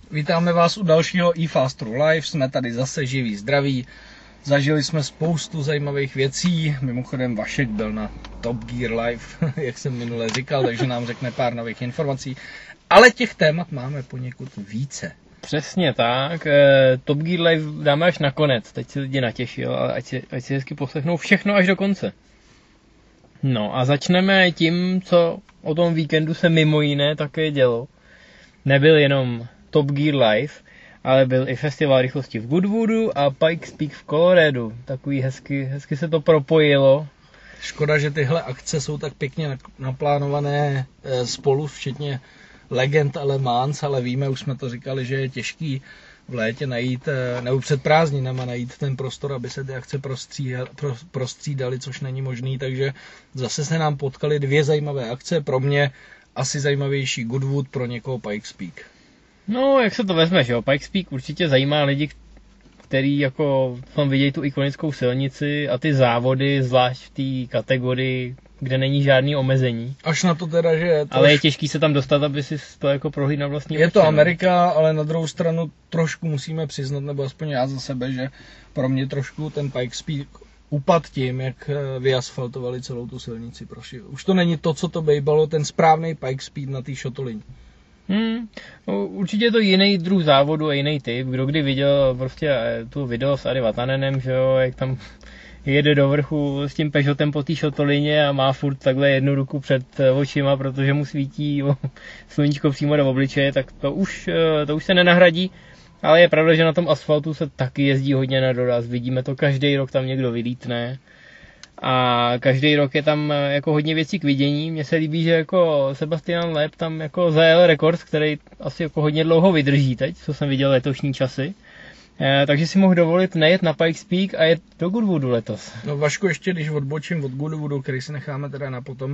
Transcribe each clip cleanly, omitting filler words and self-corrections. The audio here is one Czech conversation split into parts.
Vítáme vás u dalšího eFastru Live, jsme tady zase živí, zdraví. Zažili jsme spoustu zajímavých věcí, mimochodem Vašek byl na Top Gear Live, jak jsem minule říkal, takže nám řekne pár nových informací. Ale těch témat máme poněkud více. Přesně tak, Top Gear Live dáme až nakonec, teď si lidi natěšil, ale ať si hezky poslechnou všechno až do konce. No a začneme tím, co o tom víkendu se mimo jiné také dělo. Nebyl jenom Top Gear Live, ale byl i festival rychlosti v Goodwoodu a Pikes Peak v Coloradu. Takový hezky se to propojilo. Škoda, že tyhle akce jsou tak pěkně naplánované spolu, včetně legend Le Mans, ale víme, už jsme to říkali, že je těžký v létě najít, nebo před prázdninama najít ten prostor, aby se ty akce prostřídaly, což není možný, takže zase se nám potkaly dvě zajímavé akce, pro mě asi zajímavější Goodwood, pro někoho Pikes Peak. No, jak se to vezmeš, jo? Pikes Peak určitě zajímá lidi, který jako tam vidějí tu ikonickou silnici a ty závody, zvlášť v té kategorii, kde není žádný omezení. Až na to teda, že... Ale je těžký se tam dostat, aby si to jako prohlídl na vlastní oči. Je to Amerika, ale na druhou stranu trošku musíme přiznat, nebo aspoň já za sebe, že pro mě trošku ten Pikes Peak upad tím, jak vyasfaltovali celou tu silnici. Už to není to, co to bývalo, ten správný Pikes Peak na té šotolini. Určitě je to jiný druh závodu a jiný typ. Kdo kdy viděl prostě tu video s Ari Vatanenem, že jo, jak tam jede do vrchu s tím Peugeotem po té šotolině a má furt takhle jednu ruku před očima, protože mu svítí sluníčko přímo do obličeje, tak to už se nenahradí. Ale je pravda, že na tom asfaltu se taky jezdí hodně na doraz. Vidíme to každý rok, tam někdo vylítne. A každý rok je tam jako hodně věcí k vidění. Mně se líbí, že jako Sebastian Loeb tam jako zajel rekord, který asi jako hodně dlouho vydrží teď, co jsem viděl letošní časy. Takže si mohl dovolit nejet na Pikes Peak a jet do Goodwoodu letos. No Vašku, ještě když odbočím od Goodwoodu, který si necháme teda na potom,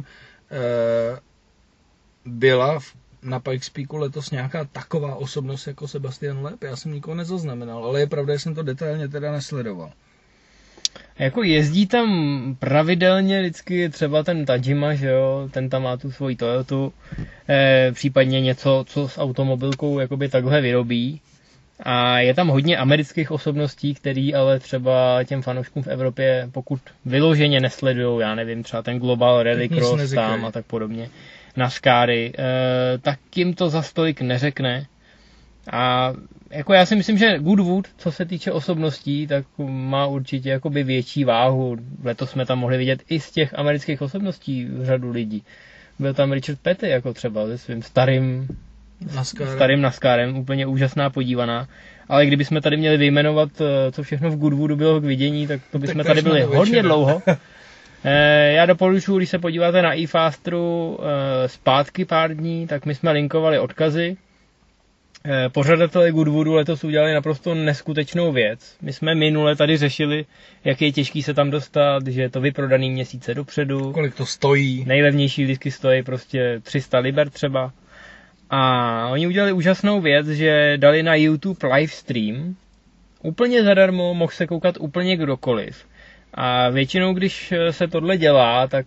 byla na Pikes Peaku letos nějaká taková osobnost jako Sebastian Loeb? Já jsem nikoho nezaznamenal, ale je pravda, že jsem to detailně teda nesledoval. Jako jezdí tam pravidelně vždycky třeba ten Tajima, že jo, ten tam má tu svoji Toyotu, případně něco, co s automobilkou jakoby takhle vyrobí. A je tam hodně amerických osobností, který ale třeba těm fanouškům v Evropě, pokud vyloženě nesledujou, já nevím, třeba ten Global Rallycross tam a tak podobně, NASCARy, tak jim to za stolik neřekne. A jako já si myslím, že Goodwood, co se týče osobností, tak má určitě jakoby větší váhu. Letos jsme tam mohli vidět i z těch amerických osobností řadu lidí. Byl tam Richard Petty jako třeba se svým starým NASCARem, úplně úžasná podívaná. Ale kdybychom tady měli vyjmenovat, co všechno v Goodwoodu bylo k vidění, tak to bychom tady byli hodně dlouho. Já doporučuji, když se podíváte na eFastru zpátky pár dní, tak my jsme linkovali odkazy. Pořadatelé Goodwoodu letos udělali naprosto neskutečnou věc. My jsme minule tady řešili, jak je těžký se tam dostat, že je to vyprodaný měsíce dopředu. Kolik to stojí? Nejlevnější lístky stojí prostě 300 liber třeba. A oni udělali úžasnou věc, že dali na YouTube livestream. Úplně zadarmo, mohl se koukat úplně kdokoliv. A většinou, když se tohle dělá, tak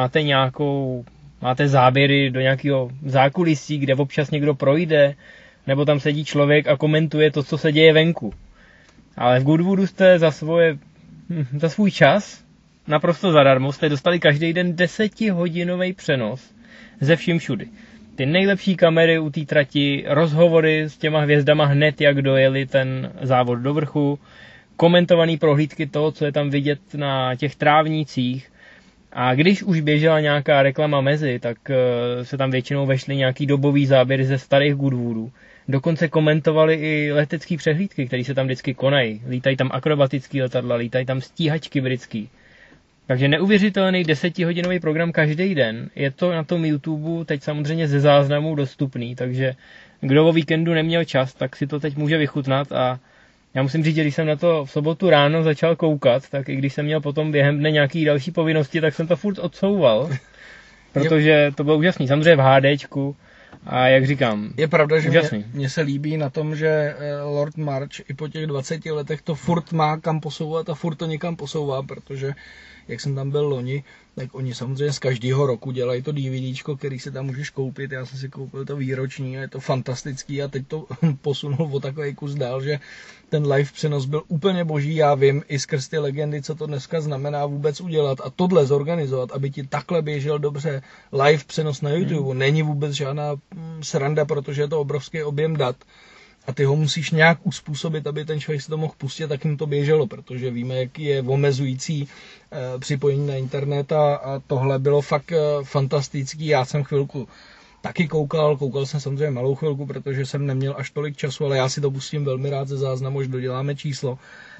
máte záběry do nějakého zákulisí, kde občas někdo projde, nebo tam sedí člověk a komentuje to, co se děje venku. Ale v Goodwoodu jste za svůj čas, naprosto zadarmo, jste dostali každý den 10hodinový přenos ze vším všudy. Ty nejlepší kamery u té trati, rozhovory s těma hvězdama hned, jak dojeli ten závod do vrchu, komentované prohlídky toho, co je tam vidět na těch trávnících. A když už běžela nějaká reklama mezi, tak se tam většinou vešly nějaký dobový záběry ze starých Goodwoodů. Dokonce komentovali i letecký přehlídky, které se tam vždycky konají. Lítají tam akrobatický letadla, lítají tam stíhačky britský. Takže neuvěřitelný 10hodinový program každý den. Je to na tom YouTube teď samozřejmě ze záznamů dostupný, takže kdo o víkendu neměl čas, tak si to teď může vychutnat. A já musím říct, že když jsem na to v sobotu ráno začal koukat, tak i když jsem měl potom během dne nějaký další povinnosti, tak jsem to furt odsouval, protože to bylo úžasný. Samozřejmě v HDčku. A jak říkám, je pravda, že mě se líbí na tom, že Lord March i po těch 20 letech to furt má kam posouvat a furt to někam posouvá, protože jak jsem tam byl loni, tak oni samozřejmě z každého roku dělají to DVDčko, který si tam můžeš koupit. Já jsem si koupil to výroční a je to fantastický a teď to posunul o takový kus dál, že ten live přenos byl úplně boží. Já vím i skrz ty legendy, co to dneska znamená vůbec udělat a tohle zorganizovat, aby ti takhle běžel dobře live přenos na YouTube. Není vůbec žádná sranda, protože je to obrovský objem dat. A ty ho musíš nějak uspůsobit, aby ten člověk si to mohl pustit, tak jim to běželo, protože víme, jaký je omezující připojení na internet a tohle bylo fakt fantastický. Já jsem chvilku taky koukal jsem samozřejmě malou chvilku, protože jsem neměl až tolik času, ale já si to pustím velmi rád ze záznamu, až doděláme číslo.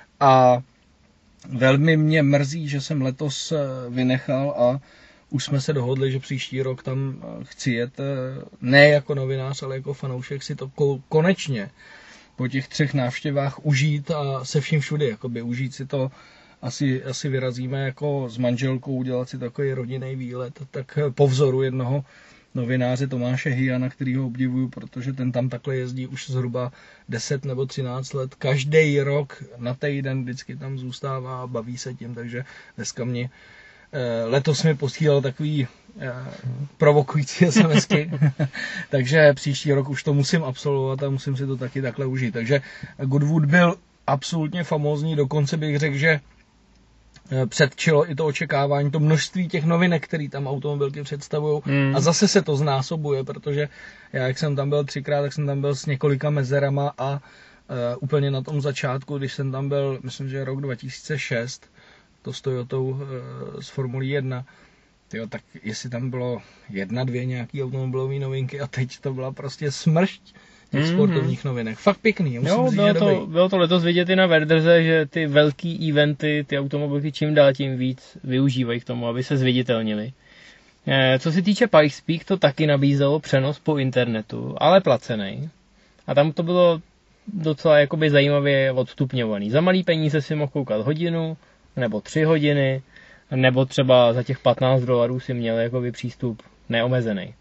A velmi mě mrzí, že jsem letos vynechal a už jsme se dohodli, že příští rok tam chci jet ne jako novinář, ale jako fanoušek si to konečně po těch 3 návštěvách užít a se vším všudy, jakoby užít si to. Asi vyrazíme jako s manželkou udělat si takový rodinný výlet, tak po vzoru jednoho novináře Tomáše Hyjana, kterýho obdivuju, protože ten tam takhle jezdí už zhruba 10 nebo 13 let. Každý rok na týden vždycky tam zůstává a baví se tím, takže dneska mě letos mi posílal takový provokující SMSky, takže příští rok už to musím absolvovat a musím si to taky takhle užít. Takže Goodwood byl absolutně famózní, dokonce bych řekl, že předčilo i to očekávání, to množství těch novinek, které tam automobilky představují a zase se to znásobuje, protože já, jak jsem tam byl 3krát, tak jsem tam byl s několika mezerama a úplně na tom začátku, když jsem tam byl, myslím, že rok 2006, to s Toyotou z Formulí 1, tyjo, tak jestli tam bylo 1-2 nějaký automobilové novinky a teď to byla prostě smršť těch sportovních novinek. Fakt pěkný, musím říct, že dobrý. Bylo to letos vidět i na Werderze, že ty velký eventy, ty automobilky čím dál tím víc využívají k tomu, aby se zviditelnili. Co se týče Pikes Peak, to taky nabízelo přenos po internetu, ale placený. A tam to bylo docela jakoby zajímavě odstupňovaný. Za malý peníze si mohl koukat hodinu, nebo 3 hodiny, nebo třeba za těch $15 si měl jakoby přístup neomezený.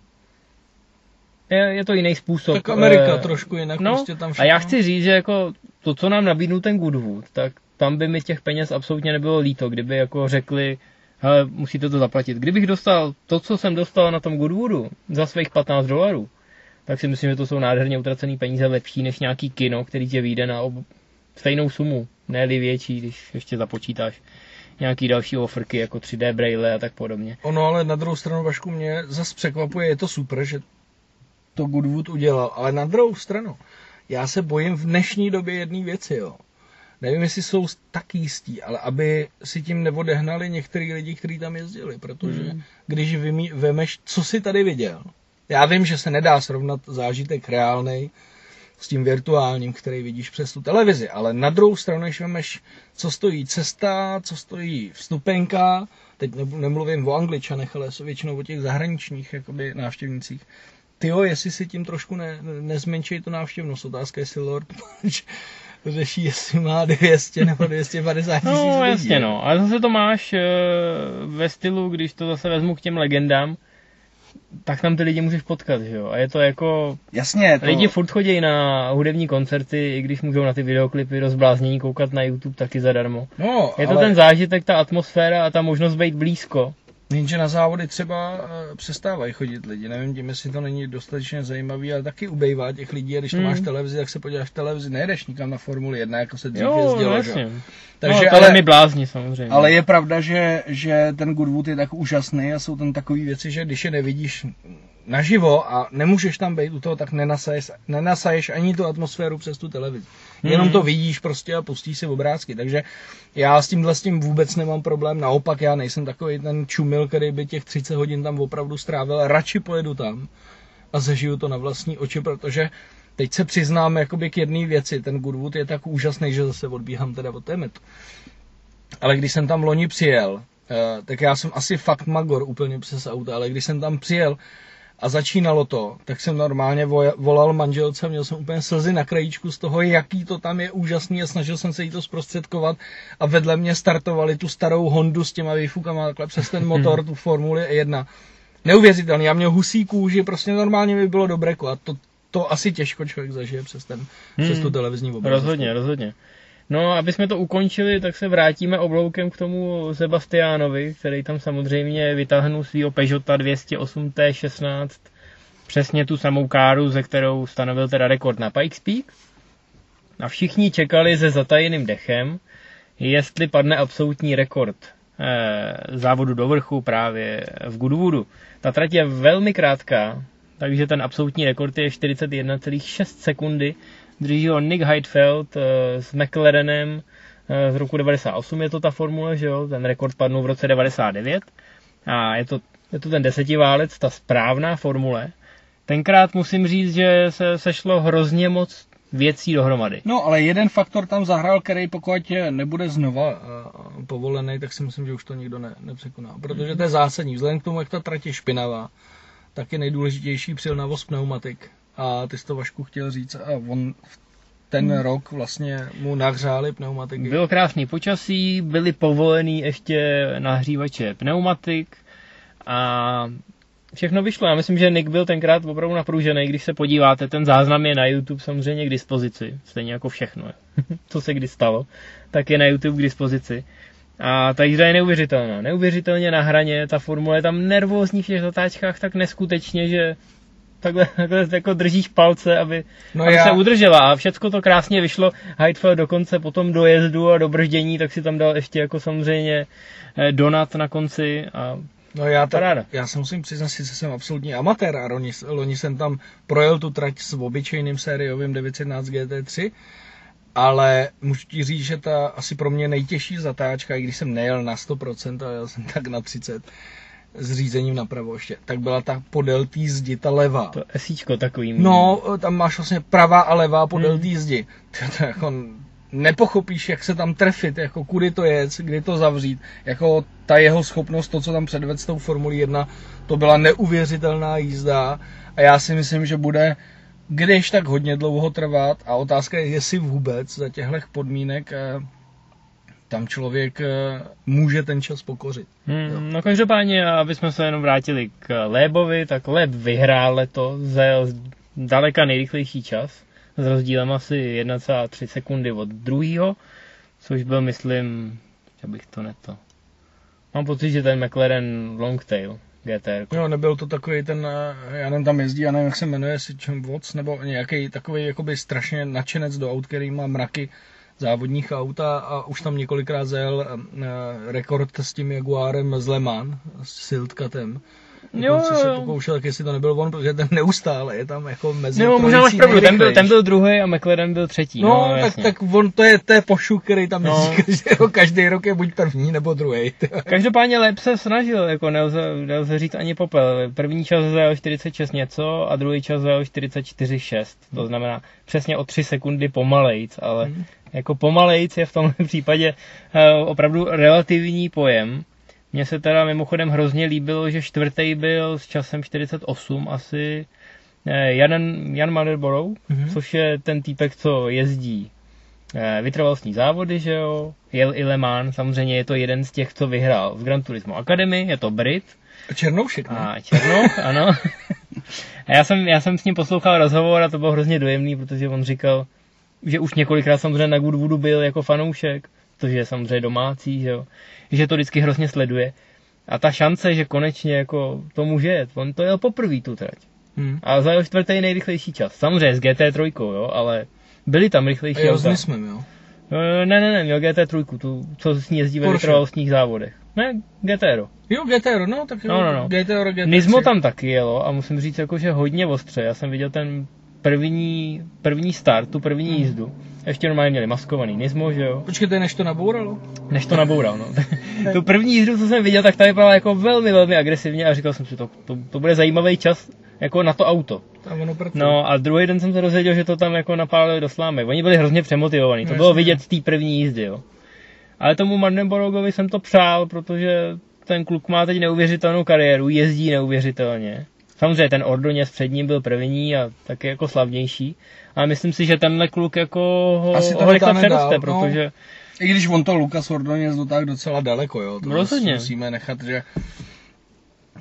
Je to jiný způsob. Tak Amerika trošku jinak. No, prostě tam a já chci říct, že jako to, co nám nabídnul ten Goodwood, tak tam by mi těch peněz absolutně nebylo líto, kdyby jako řekli, hele, musíte to zaplatit. Kdybych dostal to, co jsem dostal na tom Goodwoodu za svých $15, tak si myslím, že to jsou nádherně utracený peníze, lepší než nějaký kino, který tě vyjde na stejnou sumu, ne-li větší, když ještě započítáš nějaký další ofrky, jako 3D braille a tak podobně. Ono, ale na druhou stranu, Vašku, mě zase překvapuje, je to super, že to Goodwood udělal, ale na druhou stranu, já se bojím v dnešní době jedné věci, jo. Nevím, jestli jsou tak jistí, ale aby si tím neodehnali některý lidi, kteří tam jezdili, protože když vemeš, co si tady viděl, já vím, že se nedá srovnat zážitek reálnej s tím virtuálním, který vidíš přes tu televizi, ale na druhou stranu, když vemeš, co stojí cesta, co stojí vstupenka, teď nemluvím o Angličanech, ale většinou o těch zahraničních jakoby návštěvnících. Tyjo, jestli si tím trošku nezmenčí tu návštěvnost, otázka, jestli Lord řeší, jestli má 200 nebo 250 tisíc lidí. No jasně, no. Ale zase to máš ve stylu, když to zase vezmu k těm legendám, tak tam ty lidi můžeš potkat, že jo? A je to jako... Jasně, to... Lidi furt chodí na hudební koncerty, i když můžou na ty videoklipy rozbláznění koukat na YouTube taky zadarmo. No, je to ten zážitek, ta atmosféra a ta možnost být blízko. Jenže na závody třeba přestávají chodit lidi. Nevím tím, jestli to není dostatečně zajímavý, ale taky ubejvá těch lidí. A když to máš v televizi, tak se podíváš v televizi, nejedeš nikam na Formuli 1, jako se dřív jezdilo. Jasně. Takže, no, ale mi blázni samozřejmě. Ale je pravda, že ten Goodwood je tak úžasný a jsou tam takové věci, že když je nevidíš naživo a nemůžeš tam být u toho, tak nenasaješ ani tu atmosféru přes tu televizi. Jenom to vidíš prostě a pustíš si obrázky. Takže já s tím vůbec nemám problém. Naopak já nejsem takový ten čumil, který by těch 30 hodin tam opravdu strávil. Radši pojedu tam a zažiju to na vlastní oči, protože teď se přiznám jakoby k jedné věci. Ten Goodwood je tak úžasný, že zase odbíhám teda od tématu. Ale když jsem tam loni přijel, tak já jsem asi fakt magor úplně přes auto, ale když jsem tam přijel a začínalo to, tak jsem normálně volal manželce, měl jsem úplně slzy na krajíčku z toho, jaký to tam je úžasný a snažil jsem se jí to zprostředkovat a vedle mě startovali tu starou Hondu s těma výfukama takhle přes ten motor, tu Formuli 1. Neuvěřitelný, já měl husí kůži, prostě normálně by bylo dobreko a to asi těžko člověk zažije přes tu televizní obrazovku. Rozhodně. No, aby jsme to ukončili, tak se vrátíme obloukem k tomu Sebastiánovi, který tam samozřejmě vytáhnul svýho Peugeota 208 T16, přesně tu samou káru, ze kterou stanovil teda rekord na Pikes Peak. A všichni čekali se zatajeným dechem, jestli padne absolutní rekord závodu do vrchu právě v Goodwoodu. Ta trať je velmi krátká, takže ten absolutní rekord je 41,6 sekundy. Drží ho Nick Heidfeld s McLarenem z roku 98, je to ta formule, že jo? Ten rekord padnul v roce 99 a je to ten desetiválec, ta správná formule. Tenkrát musím říct, že se sešlo hrozně moc věcí dohromady. No, ale jeden faktor tam zahrál, který pokud nebude znova povolený, tak si myslím, že už to nikdo nepřekoná. Protože to je zásadní. Vzhledem k tomu, jak ta trať je špinavá, tak je nejdůležitější přilnavost pneumatik. A ty jsi to, Vašku, chtěl říct. A on ten rok vlastně mu nahřáli pneumatiky. Bylo krásný počasí, byly povolený ještě nahřívače pneumatik a všechno vyšlo. Já myslím, že Nick byl tenkrát opravdu napružený, když se podíváte, ten záznam je na YouTube samozřejmě k dispozici, stejně jako všechno, co se kdy stalo, tak je na YouTube k dispozici. A ta jízda je neuvěřitelná, neuvěřitelně na hraně, ta formule je tam nervózní v těch zatáčkách tak neskutečně, že takhle jako držíš palce, aby se udržela a všecko to krásně vyšlo. Heidfeld dokonce po tom dojezdu a do brždění, tak si tam dal ještě jako samozřejmě donut na konci a no já se musím přiznat, že jsem absolutní amatér a loni jsem tam projel tu trať s obyčejným sériovým 911 GT3, ale můžu ti říct, že ta asi pro mě nejtěžší zatáčka, i když jsem nejel na 100%, ale jel jsem tak na 30%, s řízením napravo ještě, tak byla ta podél té zdi, ta levá. To esíčko takový. No, tam máš vlastně pravá a levá podél té zdi. To jako nepochopíš, jak se tam trefit, jako kudy to jet, kdy to zavřít. Jako ta jeho schopnost, to, co tam předvedl s tou Formulí 1, to byla neuvěřitelná jízda a já si myslím, že bude když tak hodně dlouho trvat a otázka je, jestli vůbec za těchto podmínek tam člověk může ten čas pokořit. No každopádně, aby jsme se jenom vrátili k Lébovi, tak Léb vyhrál letos, zajel daleka nejrychlejší čas, s rozdílem asi 1,3 sekundy od druhého, což byl, myslím, že bych to neto. Mám pocit, že ten McLaren Longtail GTR. Jo, nebyl to takový ten, já nevím, tam jezdí, já nevím, jak se jmenuje, si čem Watts, nebo nějaký takový jakoby strašně nadšenec do aut, který má mraky závodních aut a už tam několikrát zajel rekord s tím Jaguarem z Le Mans, s Siltkatem. Jo, se pokoušel, tak jestli to nebyl on, protože ten neustále je tam jako mezi no, možná máš pravdu, ten byl druhý a McLaren byl třetí. No tak on to je pošuk, který tam jezdí každý rok je buď první nebo druhý. Každopádně Leb se snažil, jako nelze říct ani popel. První čas zajel 46 něco a druhý čas zajel 44,6. To znamená přesně o 3 sekundy pomalejc, ale jako pomalejc je v tomhle případě opravdu relativní pojem. Mně se teda mimochodem hrozně líbilo, že čtvrtý byl s časem 48 asi Jan Marlborough, což je ten týpek, co jezdí vytrvalostní závody, že jo, jel i Le Mans, samozřejmě je to jeden z těch, co vyhrál v Gran Turismo Academy, je to Brit. Černoušek, ne? A Černoch, ano. A já jsem s ním poslouchal rozhovor a to bylo hrozně dojemný, protože on říkal, že už několikrát samozřejmě na Goodwoodu byl jako fanoušek, protože je samozřejmě domácí, že jo, že to vždycky hrozně sleduje. A ta šance, že konečně jako to může jet, on to jel poprvé tu trať. A zajel čtvrtý nejrychlejší čas. Samozřejmě s GT3, jo, ale byli tam rychlejší auta. A jel s Nismem, jo? Ne, měl GT3, tu, co s ní jezdí ve vytrvalostních závodech. Ne, GTR. Jo, GTR, no, tak jo, no. GTR. Nismo tam taky jelo a musím říct, jako, že hodně ostře. Já jsem viděl ten první start, tu první jízdu. Ještě normálně měli maskovaný Nismo, že jo? Počkejte, než to nabouralo? Než to naboural, no. Tu první jízdu, co jsem viděl, tak ta vypadala jako velmi, velmi agresivně a říkal jsem si, to bude zajímavý čas jako na to auto. No a druhý den jsem se dozvěděl, že to tam jako napálili do slámy. Oni byli hrozně přemotivovaní, to bylo vidět z té první jízdy, jo. Ale tomu Mardenborogovi jsem to přál, protože ten kluk má teď neuvěřitelnou kariéru, jezdí neuvěřitelně. Samozřejmě ten Ordóñez před ním byl první a taky jako slavnější. A myslím si, že tenhle kluk jako ho rychle přeroste, protože... No, i když on to Lucas Ordóñez dotáhl docela daleko, jo. To rozhodně. Musíme nechat, že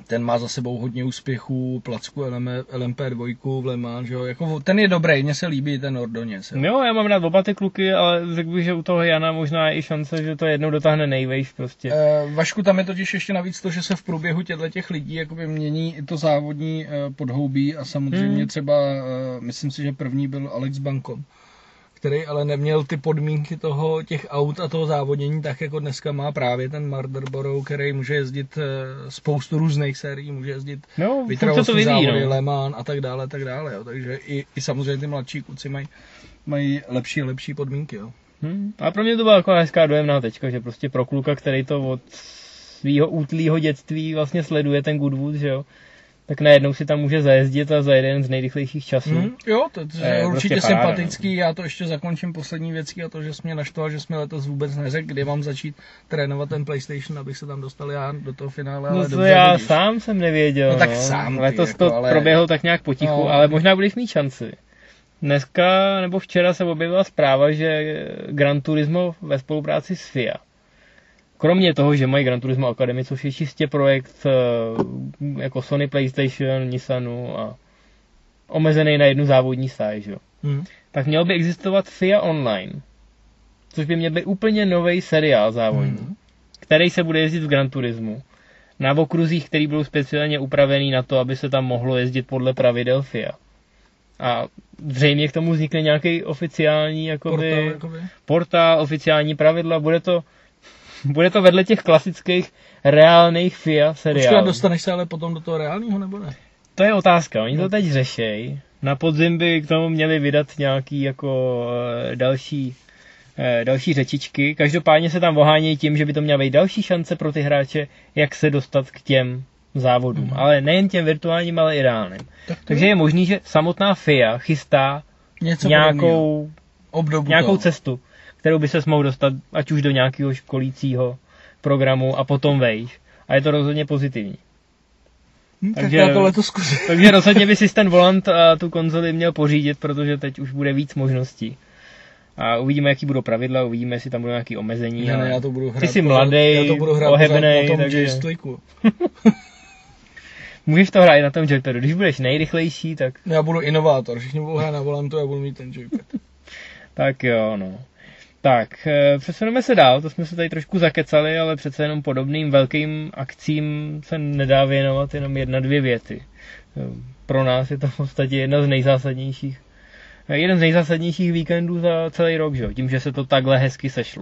ten má za sebou hodně úspěchů, placku LMP2 v Le Mans, že jo, jako ten je dobrý, mně se líbí ten Ordóñez. Jo, já mám rád oba ty kluky, ale řekl bych, že u toho Jana možná je i šance, že to jednou dotáhne nejvejš prostě. Vašku, tam je totiž ještě navíc to, že se v průběhu těch lidí jakoby mění i to závodní podhoubí a samozřejmě třeba, myslím si, že první byl Alex Bancon, který ale neměl ty podmínky těch aut a toho závodění tak, jako dneska má právě ten Marlboro, který může jezdit spoustu různých sérií, může jezdit vytrvalostní závody, Le Mans a tak dále. Jo. Takže i samozřejmě ty mladší kluci mají lepší podmínky. Jo. A pro mě to byla jako hezká dojemná tečka, že prostě pro kluka, který to od svého útlýho dětství vlastně sleduje ten Goodwood, že jo, tak najednou si tam může zajezdit a zajede jeden z nejrychlejších časů. Jo, to je určitě prostě sympatický. Já to ještě zakončím poslední věcí a to, že jsi mě naštval, že jsi mi letos vůbec neřekl, kdy mám začít trénovat ten PlayStation, abych se tam dostal já do toho finále. No to já sám jsem nevěděl. No tak sám ty, letos jako, to proběhlo tak nějak potichu, ale možná budeš mít šanci. Dneska nebo včera se objevila zpráva, že Gran Turismo ve spolupráci s FIA, kromě toho, že mají Gran Turismo Academy, což je čistě projekt jako Sony PlayStation, Nissanu a omezený na jednu závodní stáž, tak měl by existovat FIA Online, což by měl být úplně nový seriál závodní, který se bude jezdit v Gran Turismu na okruzích, který budou speciálně upravený na to, aby se tam mohlo jezdit podle pravidel FIA. A zřejmě k tomu vznikne nějaký oficiální portál, oficiální pravidla, bude to vedle těch klasických reálných FIA seriálů. Počkej, dostaneš se ale potom do toho reálního, nebo ne? To je otázka, oni to teď řešejí. Na podzim by k tomu měli vydat nějaký jako další řečičky. Každopádně se tam ohánějí tím, že by to měla být další šance pro ty hráče, jak se dostat k těm závodům. Ale nejen těm virtuálním, ale i reálným. Takže je možný, že samotná FIA chystá nějakou cestu, kterou by se mohl dostat ať už do nějakého školícího programu a potom vejš. A je to rozhodně pozitivní. Takže já to letos zkusím. Takže rozhodně by si ten volant a tu konzoli měl pořídit, protože teď už bude víc možností. A uvidíme, jaký budou pravidla, uvidíme, jestli tam budou nějaké omezení. Ne, já to budu hrát. Ty jsi mladý, ohebnej, takže... Můžeš to hrát i na tom joypadu. Když budeš nejrychlejší, tak... Já budu inovátor, všichni budou hrát na volantu a budu mít ten joypad. Tak jo, no. Tak, přesuneme se dál, to jsme se tady trošku zakecali, ale přece jenom podobným velkým akcím se nedá věnovat jenom 1-2 věty. Pro nás je to v podstatě jeden z nejzásadnějších víkendů za celý rok, že? Tím, že se to takhle hezky sešlo.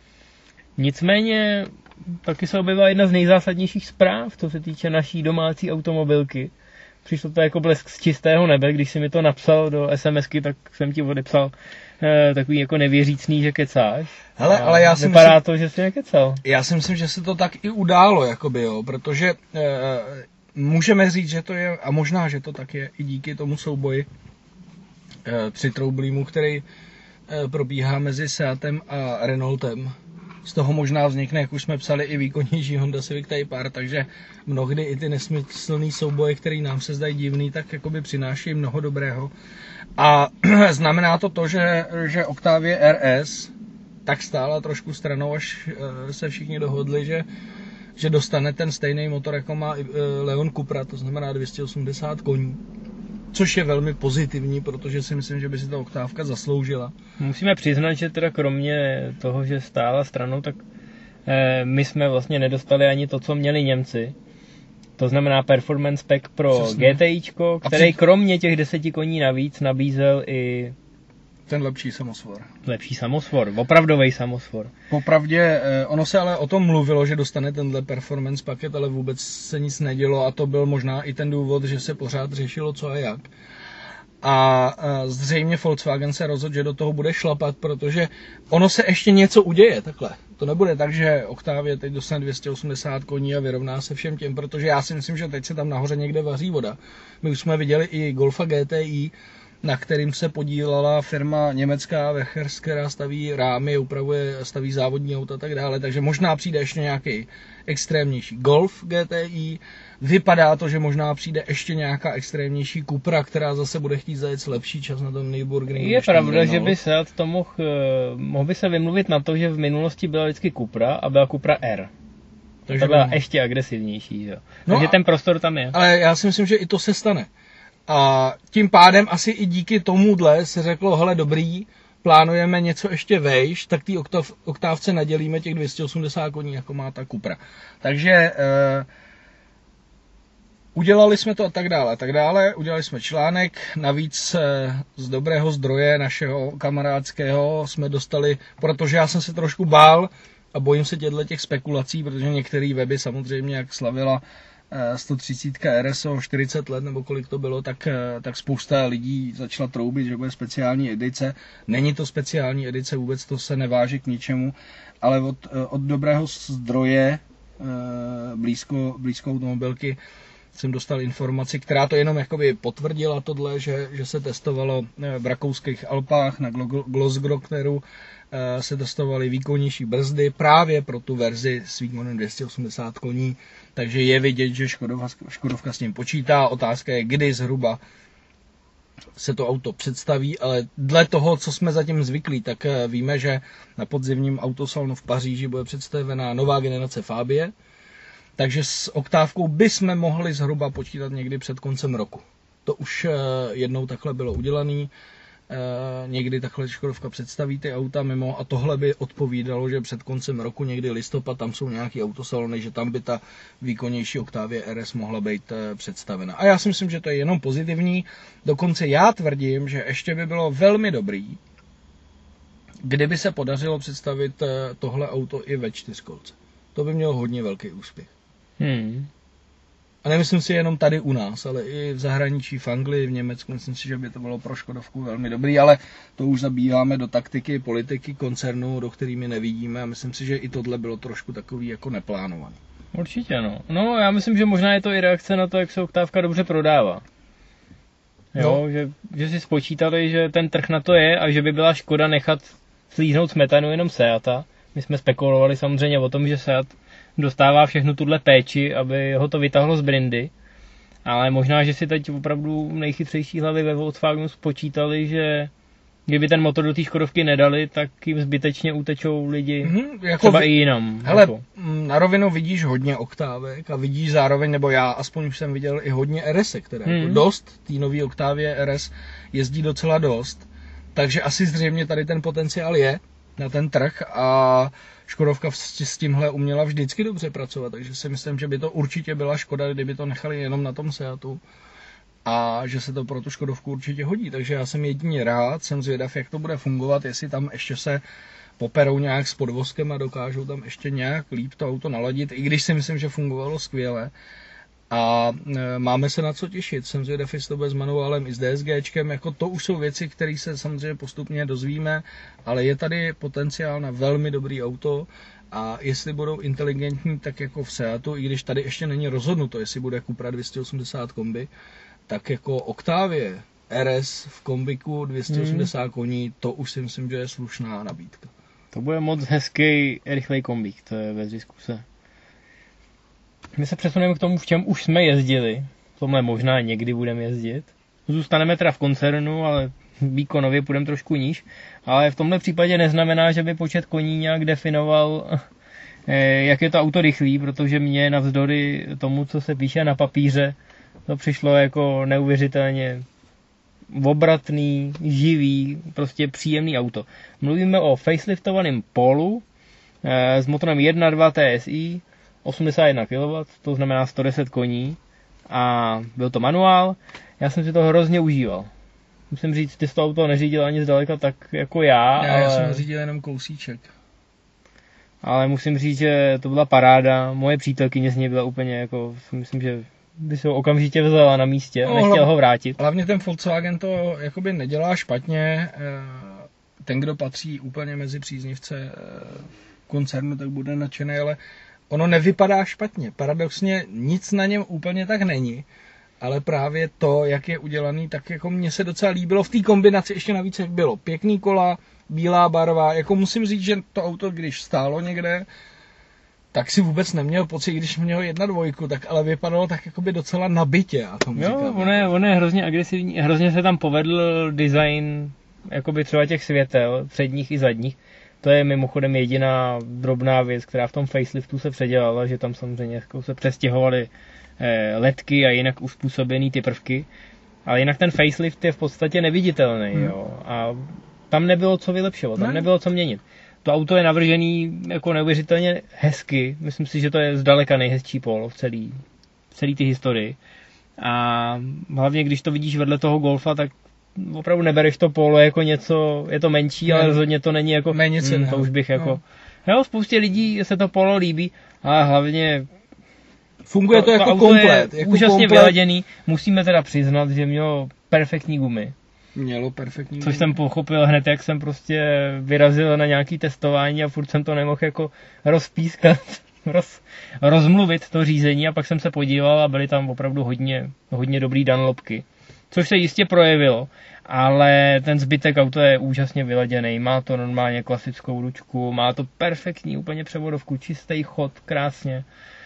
Nicméně taky se objevila jedna z nejzásadnějších zpráv, co se týče naší domácí automobilky. Přišlo to jako blesk z čistého nebe, když si mi to napsal do SMSky, tak jsem ti odepsal takový jako nevěřícný, že kecáš. Hele, ale já si vypadá to, že jsi nekecal. Já si myslím, že se to tak i událo, jakoby, jo, protože můžeme říct, že to je, a možná, že to tak je, i díky tomu souboji při Troublímu, který probíhá mezi Seatem a Renaultem. Z toho možná vznikne, jak už jsme psali, i výkonnější Honda Civic Type R, takže mnohdy i ty nesmyslný souboje, které nám se zdají divný, tak jakoby přináší mnoho dobrého. A znamená to, že Octavia RS tak stála trošku stranou, až se všichni dohodli, že dostane ten stejný motor, jako má Leon Cupra, to znamená 280 koní. Což je velmi pozitivní, protože si myslím, že by si ta Oktávka zasloužila. Musíme přiznat, že teda kromě toho, že stála stranou, tak my jsme vlastně nedostali ani to, co měli Němci. To znamená Performance Pack pro GTIčko, který kromě těch 10 koní navíc nabízel i ten lepší samosvor. Lepší samosvor, opravdový samosvor. Popravdě, ono se ale o tom mluvilo, že dostane tenhle performance paket, ale vůbec se nic nedělo a to byl možná i ten důvod, že se pořád řešilo co a jak. A zřejmě Volkswagen se rozhodl, že do toho bude šlapat, protože ono se ještě něco uděje, takhle. To nebude tak, že Octavia teď dostane 280 koní a vyrovná se všem těm, protože já si myslím, že teď se tam nahoře někde vaří voda. My už jsme viděli i Golfa GTI, na kterým se podílela firma německá Wechers, která staví rámy, staví závodní auta a tak dále, takže možná přijde ještě nějaký extrémnější Golf GTI, vypadá to, že možná přijde ještě nějaká extrémnější Cupra, která zase bude chtít zajet lepší čas na tom Nürburgringu. Je pravda, že by Seat to mohl by se vymluvit na to, že v minulosti byla vždycky Cupra a byla Cupra R. To byla ještě agresivnější, jo. Takže ten prostor tam je. Ale já si myslím, že i to se stane. A tím pádem asi i díky tomuhle se řeklo, hele dobrý, plánujeme něco ještě vejš, tak té oktávce nadělíme těch 280 koní, jako má ta Cupra. Takže udělali jsme to a tak dále. Udělali jsme článek, navíc z dobrého zdroje našeho kamarádského jsme dostali, protože já jsem se trošku bál a bojím se těch spekulací, protože některé weby samozřejmě, jak slavila 130 RS o 40 let, nebo kolik to bylo, tak spousta lidí začala troubit, že bude speciální edice. Není to speciální edice, vůbec to se neváží k ničemu, ale od dobrého zdroje blízko automobilky jsem dostal informaci, která to jenom jakoby potvrdila tohle, že se testovalo v rakouských Alpách na Glossgrockneru, se testovaly výkonnější brzdy právě pro tu verzi s výkonem 280 koní, takže je vidět, že Škodovka s tím počítá. Otázka je, kdy zhruba se to auto představí, ale dle toho, co jsme zatím zvyklí, tak víme, že na podzimním autosalonu v Paříži bude představená nová generace Fabie, takže s oktávkou bychom mohli zhruba počítat někdy před koncem roku. To už jednou takhle bylo udělané. Někdy takhle Škodovka představí ty auta mimo a tohle by odpovídalo, že před koncem roku, někdy listopad, tam jsou nějaký autosalony, že tam by ta výkonnější Octavia RS mohla být představena. A já si myslím, že to je jenom pozitivní. Dokonce já tvrdím, že ještě by bylo velmi dobrý, kdyby se podařilo představit tohle auto i ve 4kolce. To by mělo hodně velký úspěch. A nemyslím si jenom tady u nás, ale i v zahraničí, v Anglii, v Německu, myslím si, že by to bylo pro Škodovku velmi dobrý, ale to už zabíháme do taktiky, politiky koncernu, do kterými nevidíme a myslím si, že i tohle bylo trošku takový jako neplánovaný. Určitě no. No já myslím, že možná je to i reakce na to, jak se oktávka dobře prodává. Jo, no. že si spočítali, že ten trh na to je a že by byla škoda nechat slíznout smetanu jenom Seata. My jsme spekulovali samozřejmě o tom, že Seat dostává všechnu tuhle péči, aby ho to vytáhlo z brindy. Ale možná, že si teď opravdu nejchytřejší hlavy ve Volkswagenu spočítali, že kdyby ten motor do té Škodovky nedali, tak jim zbytečně utečou lidi třeba i jinam. Hele, jako. Na rovinu vidíš hodně oktávek a vidíš zároveň, nebo já aspoň už jsem viděl i hodně RS, které jako dost, tý nový Octavie RS jezdí docela dost, takže asi zřejmě tady ten potenciál je na ten trh a Škodovka s tímhle uměla vždycky dobře pracovat, takže si myslím, že by to určitě byla škoda, kdyby to nechali jenom na tom Seatu a že se to pro tu Škodovku určitě hodí, takže já jsem jedině rád, jsem zvědav, jak to bude fungovat, jestli tam ještě se poperou nějak s podvozkem a dokážou tam ještě nějak líp to auto naladit, i když si myslím, že fungovalo skvěle. A máme se na co těšit. Jsem zvědav, jestli to bude s manuálem i s DSGčkem. Jako to už jsou věci, které se samozřejmě postupně dozvíme, ale je tady potenciál na velmi dobrý auto a jestli budou inteligentní, tak jako v Seatu, i když tady ještě není rozhodnuto, jestli bude Cupra 280 kombi, tak jako Octavie RS v kombiku 280 koní, to už si myslím, že je slušná nabídka. To bude moc hezký, rychlej kombík, to je bez diskuse. My se přesuneme k tomu, v čem už jsme jezdili. V tomhle možná někdy budeme jezdit. Zůstaneme teda v koncernu, ale výkonově půjdeme trošku níž. Ale v tomhle případě neznamená, že by počet koní nějak definoval, jak je to auto rychlý, protože mě navzdory tomu, co se píše na papíře, to přišlo jako neuvěřitelně obratný, živý, prostě příjemný auto. Mluvíme o faceliftovaném Polu s motorem 1.2 TSI, 81 kW, to znamená 110 koní a byl to manuál. Já jsem si to hrozně užíval. Musím říct, ty jsi to auto neřídil ani zdaleka tak jako já. Já jsem řídil jenom kousíček. Ale musím říct, že to byla paráda. Moje přítelkyně z něj byla úplně jako, myslím, že by se ho okamžitě vzala na místě a nechtěl ho vrátit. Hlavně ten Volkswagen to jakoby nedělá špatně. Ten, kdo patří úplně mezi příznivce koncernu, tak bude nadšený, ale ono nevypadá špatně. Paradoxně nic na něm úplně tak není, ale právě to, jak je udělaný, tak jako mně se docela líbilo v té kombinaci ještě navíc, jak bylo. Pěkný kola, bílá barva, jako musím říct, že to auto, když stálo někde, tak si vůbec neměl pocit, když měl 1.2, tak ale vypadalo tak jakoby docela nabitě. Jo, on je hrozně agresivní, hrozně se tam povedl design jakoby třeba těch světel, předních i zadních. To je mimochodem jediná drobná věc, která v tom faceliftu se předělala, že tam samozřejmě se přestěhovaly ledky a jinak uspůsobený ty prvky. Ale jinak ten facelift je v podstatě neviditelný, jo. A tam nebylo co vylepšovat, tam nebylo co měnit. To auto je navržený jako neuvěřitelně hezky. Myslím si, že to je zdaleka nejhezčí Polo v celý ty historii. A hlavně, když to vidíš vedle toho Golfa, tak opravdu nebereš to Polo jako něco, je to menší, ale rozhodně to není jako, to už bych jako... Jo, spoustě lidí se to Polo líbí, ale hlavně... Funguje to jako komplet. Je jako úžasně vyladěný. Musíme teda přiznat, že mělo perfektní gumy. Mělo perfektní Což jsem pochopil hned, jak jsem prostě vyrazil na nějaký testování a furt jsem to nemohl jako rozpískat, rozmluvit to řízení a pak jsem se podíval a byly tam opravdu hodně dobrý Dunlopky. Což se jistě projevilo, ale ten zbytek auto je úžasně vyladěný, má to normálně klasickou ručku, má to perfektní úplně převodovku, čistý chod, krásně.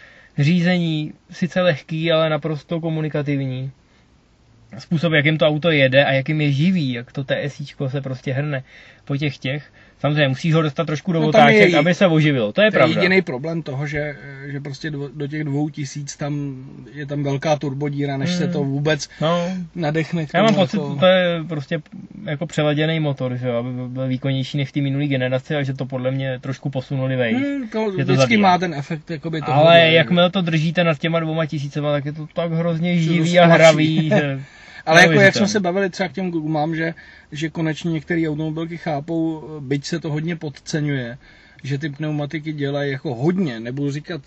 Řízení sice lehký, ale naprosto komunikativní. Způsob, jakým to auto jede a jakým je živý, jak to TSIčko se prostě hrne po těch. Samozřejmě musíš ho dostat trošku do otáček, aby se oživilo. To je pravda. To je jediný problém toho, že prostě do těch 2000 tam je tam velká turbodíra, než se to vůbec nadechne. Já mám pocit, že to je prostě jako přeladěný motor, že aby byl výkonnější než v té minulé generaci a že to podle mě trošku posunuli vejš. To vždycky má ten efekt jakoby toho. Ale jakmile to držíte nad těma 2000, tak je to tak hrozně živý a hravý, že... Ale jako jak jsme se bavili třeba k těm gumám, že konečně některé automobilky chápou, byť se to hodně podceňuje, že ty pneumatiky dělají jako hodně, nebudu říkat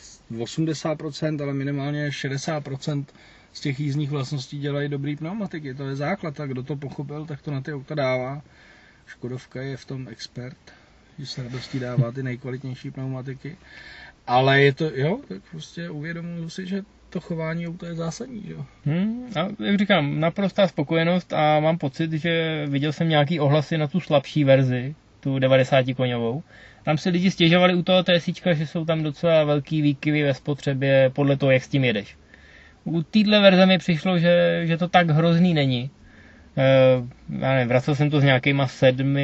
80%, ale minimálně 60% z těch jízdních vlastností dělají dobrý pneumatiky. To je základ, a kdo to pochopil, tak to na ty auta dává. Škodovka je v tom expert, že se radostí dává ty nejkvalitnější pneumatiky. Ale je to, tak prostě uvědomuji si, že to chování auta je zásadní, jo. A jak říkám, naprostá spokojenost a mám pocit, že viděl jsem nějaký ohlasy na tu slabší verzi, tu 90 koňovou. Tam se lidi stěžovali u toho TSIčka, že jsou tam docela velký výkyvy ve spotřebě podle toho, jak s tím jedeš. U téhle verze mi přišlo, že to tak hrozný není. Já nevím, vracel jsem to s nějakýma 7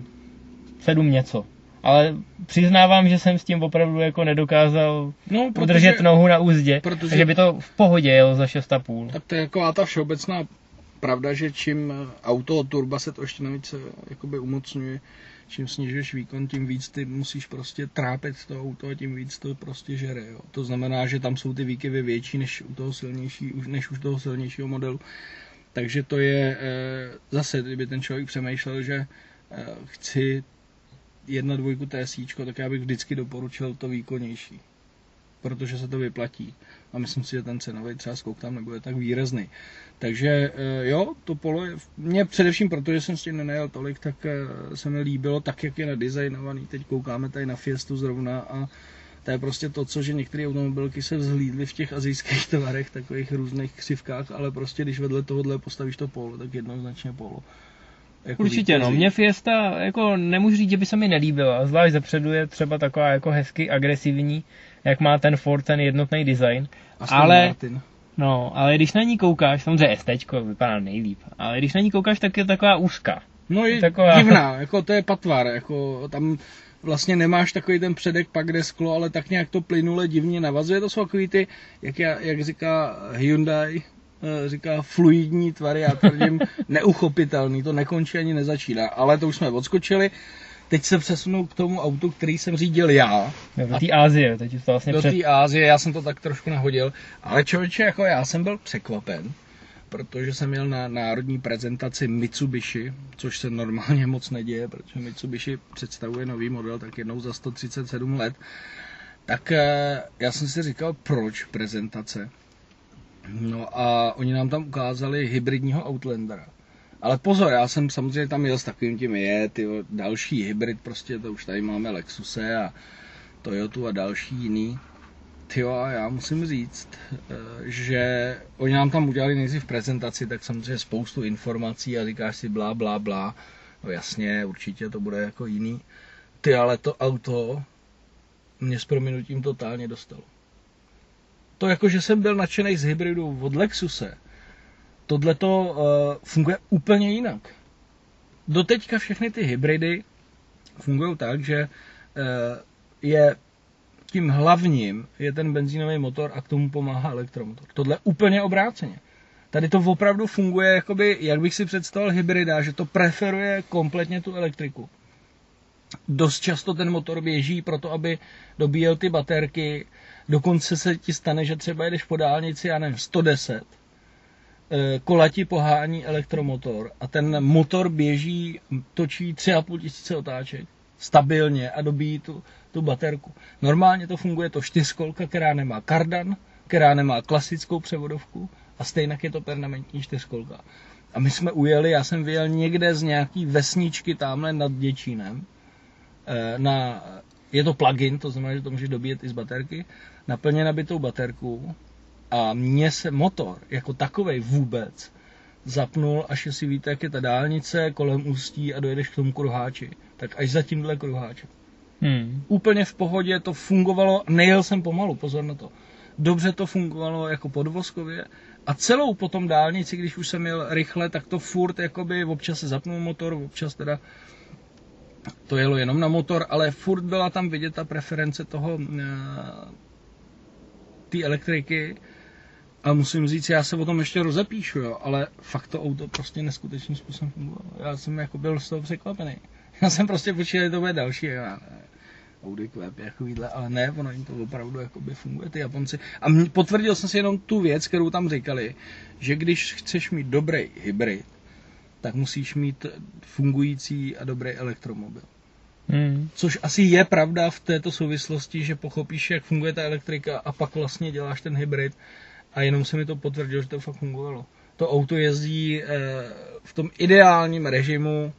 něco. Ale přiznávám, že jsem s tím opravdu jako nedokázal udržet nohu na úzdě, takže by to v pohodě jelo za 6,5. Tak to je jako ta všeobecná pravda, že čím auto turba se to ještě navíc jakoby umocňuje, čím snižuješ výkon, tím víc ty musíš prostě trápit to auto a tím víc to prostě žere. Jo. To znamená, že tam jsou ty výkyvy větší než u toho silnějšího modelu. Takže to je zase, kdyby ten člověk přemýšlel, že chci 1.2 TSIčko, tak já bych vždycky doporučil to výkonnější, protože se to vyplatí a myslím si, že ten cenový třeba skok tam nebude tak výrazný. Takže to Polo je, mě především proto, že jsem s tím nenajel tolik, tak se mi líbilo tak, jak je nadizajnovaný. Teď koukáme tady na Fiestu zrovna a to je prostě to, že některé automobilky se vzhlídly v těch asijských tovarech, takových různých křivkách, ale prostě když vedle tohohle postavíš to Polo, tak jednoznačně Polo. Jako určitě, mě Fiesta, jako nemůžu říct, že by se mi nelíbila, zvlášť zepředu je třeba taková jako hezky agresivní, jak má ten Ford, ten jednotný design, ale když na ní koukáš, samozřejmě STčko vypadá nejlíp, ale když na ní koukáš, tak je taková úzká. No je taková divná, jako to je patvar, jako tam vlastně nemáš takový ten předek, pak kde sklo, ale tak nějak to plynule divně navazuje, to jsou takový ty, jak říká Hyundai, říká fluidní tvary, já tvrdím neuchopitelný, to nekončí ani nezačíná, ale to už jsme odskočili. Teď se přesunu k tomu autu, který jsem řídil já. Do té Asie, teď to vlastně do té Asie, já jsem to tak trošku nahodil, ale člověče, jako já jsem byl překvapen, protože jsem měl na národní prezentaci Mitsubishi, což se normálně moc neděje, protože Mitsubishi představuje nový model tak jednou za 137 let. Tak já jsem si říkal, proč prezentace? No a oni nám tam ukázali hybridního Outlandera. Ale pozor, já jsem samozřejmě tam jel s takovým tím další hybrid, prostě to už tady máme Lexuse a Toyotu a další jiný. A já musím říct, že oni nám tam udělali nejdřív prezentaci, tak samozřejmě spoustu informací a říkáš si blá, blá, blá. No jasně, určitě to bude jako jiný. Ale to auto mě s prominutím totálně dostalo. To jako, že jsem byl nadšenej z hybridu od Lexuse, tohleto funguje úplně jinak. Doteďka všechny ty hybridy fungují tak, že je tím hlavním je ten benzínový motor a k tomu pomáhá elektromotor. Tohle úplně obráceně. Tady to opravdu funguje, jakoby, jak bych si představil hybrida, že to preferuje kompletně tu elektriku. Dost často ten motor běží proto, aby dobíjel ty baterky. Dokonce se ti stane, že třeba jedeš po dálnici, já nevím, 110. Kola ti pohání elektromotor a ten motor běží, točí 3500 otáček stabilně a dobíjí tu baterku. Normálně to funguje to 4kolka, která nemá kardan, která nemá klasickou převodovku a stejně je to permanentní 4kolka. A my jsme ujeli, já jsem vyjel někde z nějaký vesničky tamhle nad Děčínem. Je to plug-in, to znamená, že to můžeš dobíjet i z baterky, na plně nabitou baterku a mně se motor jako takovej vůbec zapnul, až si víte, jak je ta dálnice kolem Ústí a dojedeš k tomu kruháči. Tak až za tímhle kruháčem. Úplně v pohodě to fungovalo, nejel jsem pomalu, pozor na to. Dobře to fungovalo jako podvozkově a celou potom dálnici, když už jsem jel rychle, tak to furt jakoby občas se zapnul motor, občas teda to jelo jenom na motor, ale furt byla tam vidět ta preference toho té elektriky a musím říct, já se o tom ještě rozepíšu, jo, ale fakt to auto prostě neskutečným způsobem fungovalo. Já jsem jako byl z toho překvapený. Já jsem prostě počítal, že to bude další Audi Q5 takovýhle, ale ne, ono jim to opravdu jakoby funguje, ty Japonci. A potvrdil jsem si jenom tu věc, kterou tam říkali, že když chceš mít dobrý hybrid, tak musíš mít fungující a dobrý elektromobil. Což asi je pravda v této souvislosti, že pochopíš, jak funguje ta elektrika a pak vlastně děláš ten hybrid a jenom se mi to potvrdilo, že to fakt fungovalo. To auto jezdí v tom ideálním režimu,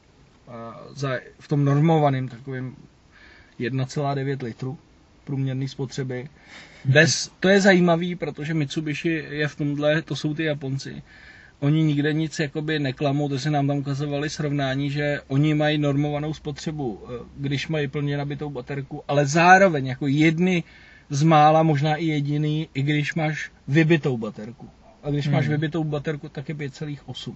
v tom normovaném takovým 1,9 litru průměrné spotřeby. To je zajímavý, protože Mitsubishi je v tomhle, to jsou ty Japonci. Oni nikde nic jakoby neklamou, to se nám tam ukazovali srovnání, že oni mají normovanou spotřebu, když mají plně nabitou baterku, ale zároveň jako jedny z mála, možná i jediný, i když máš vybitou baterku. A když máš vybitou baterku, tak je 5,8.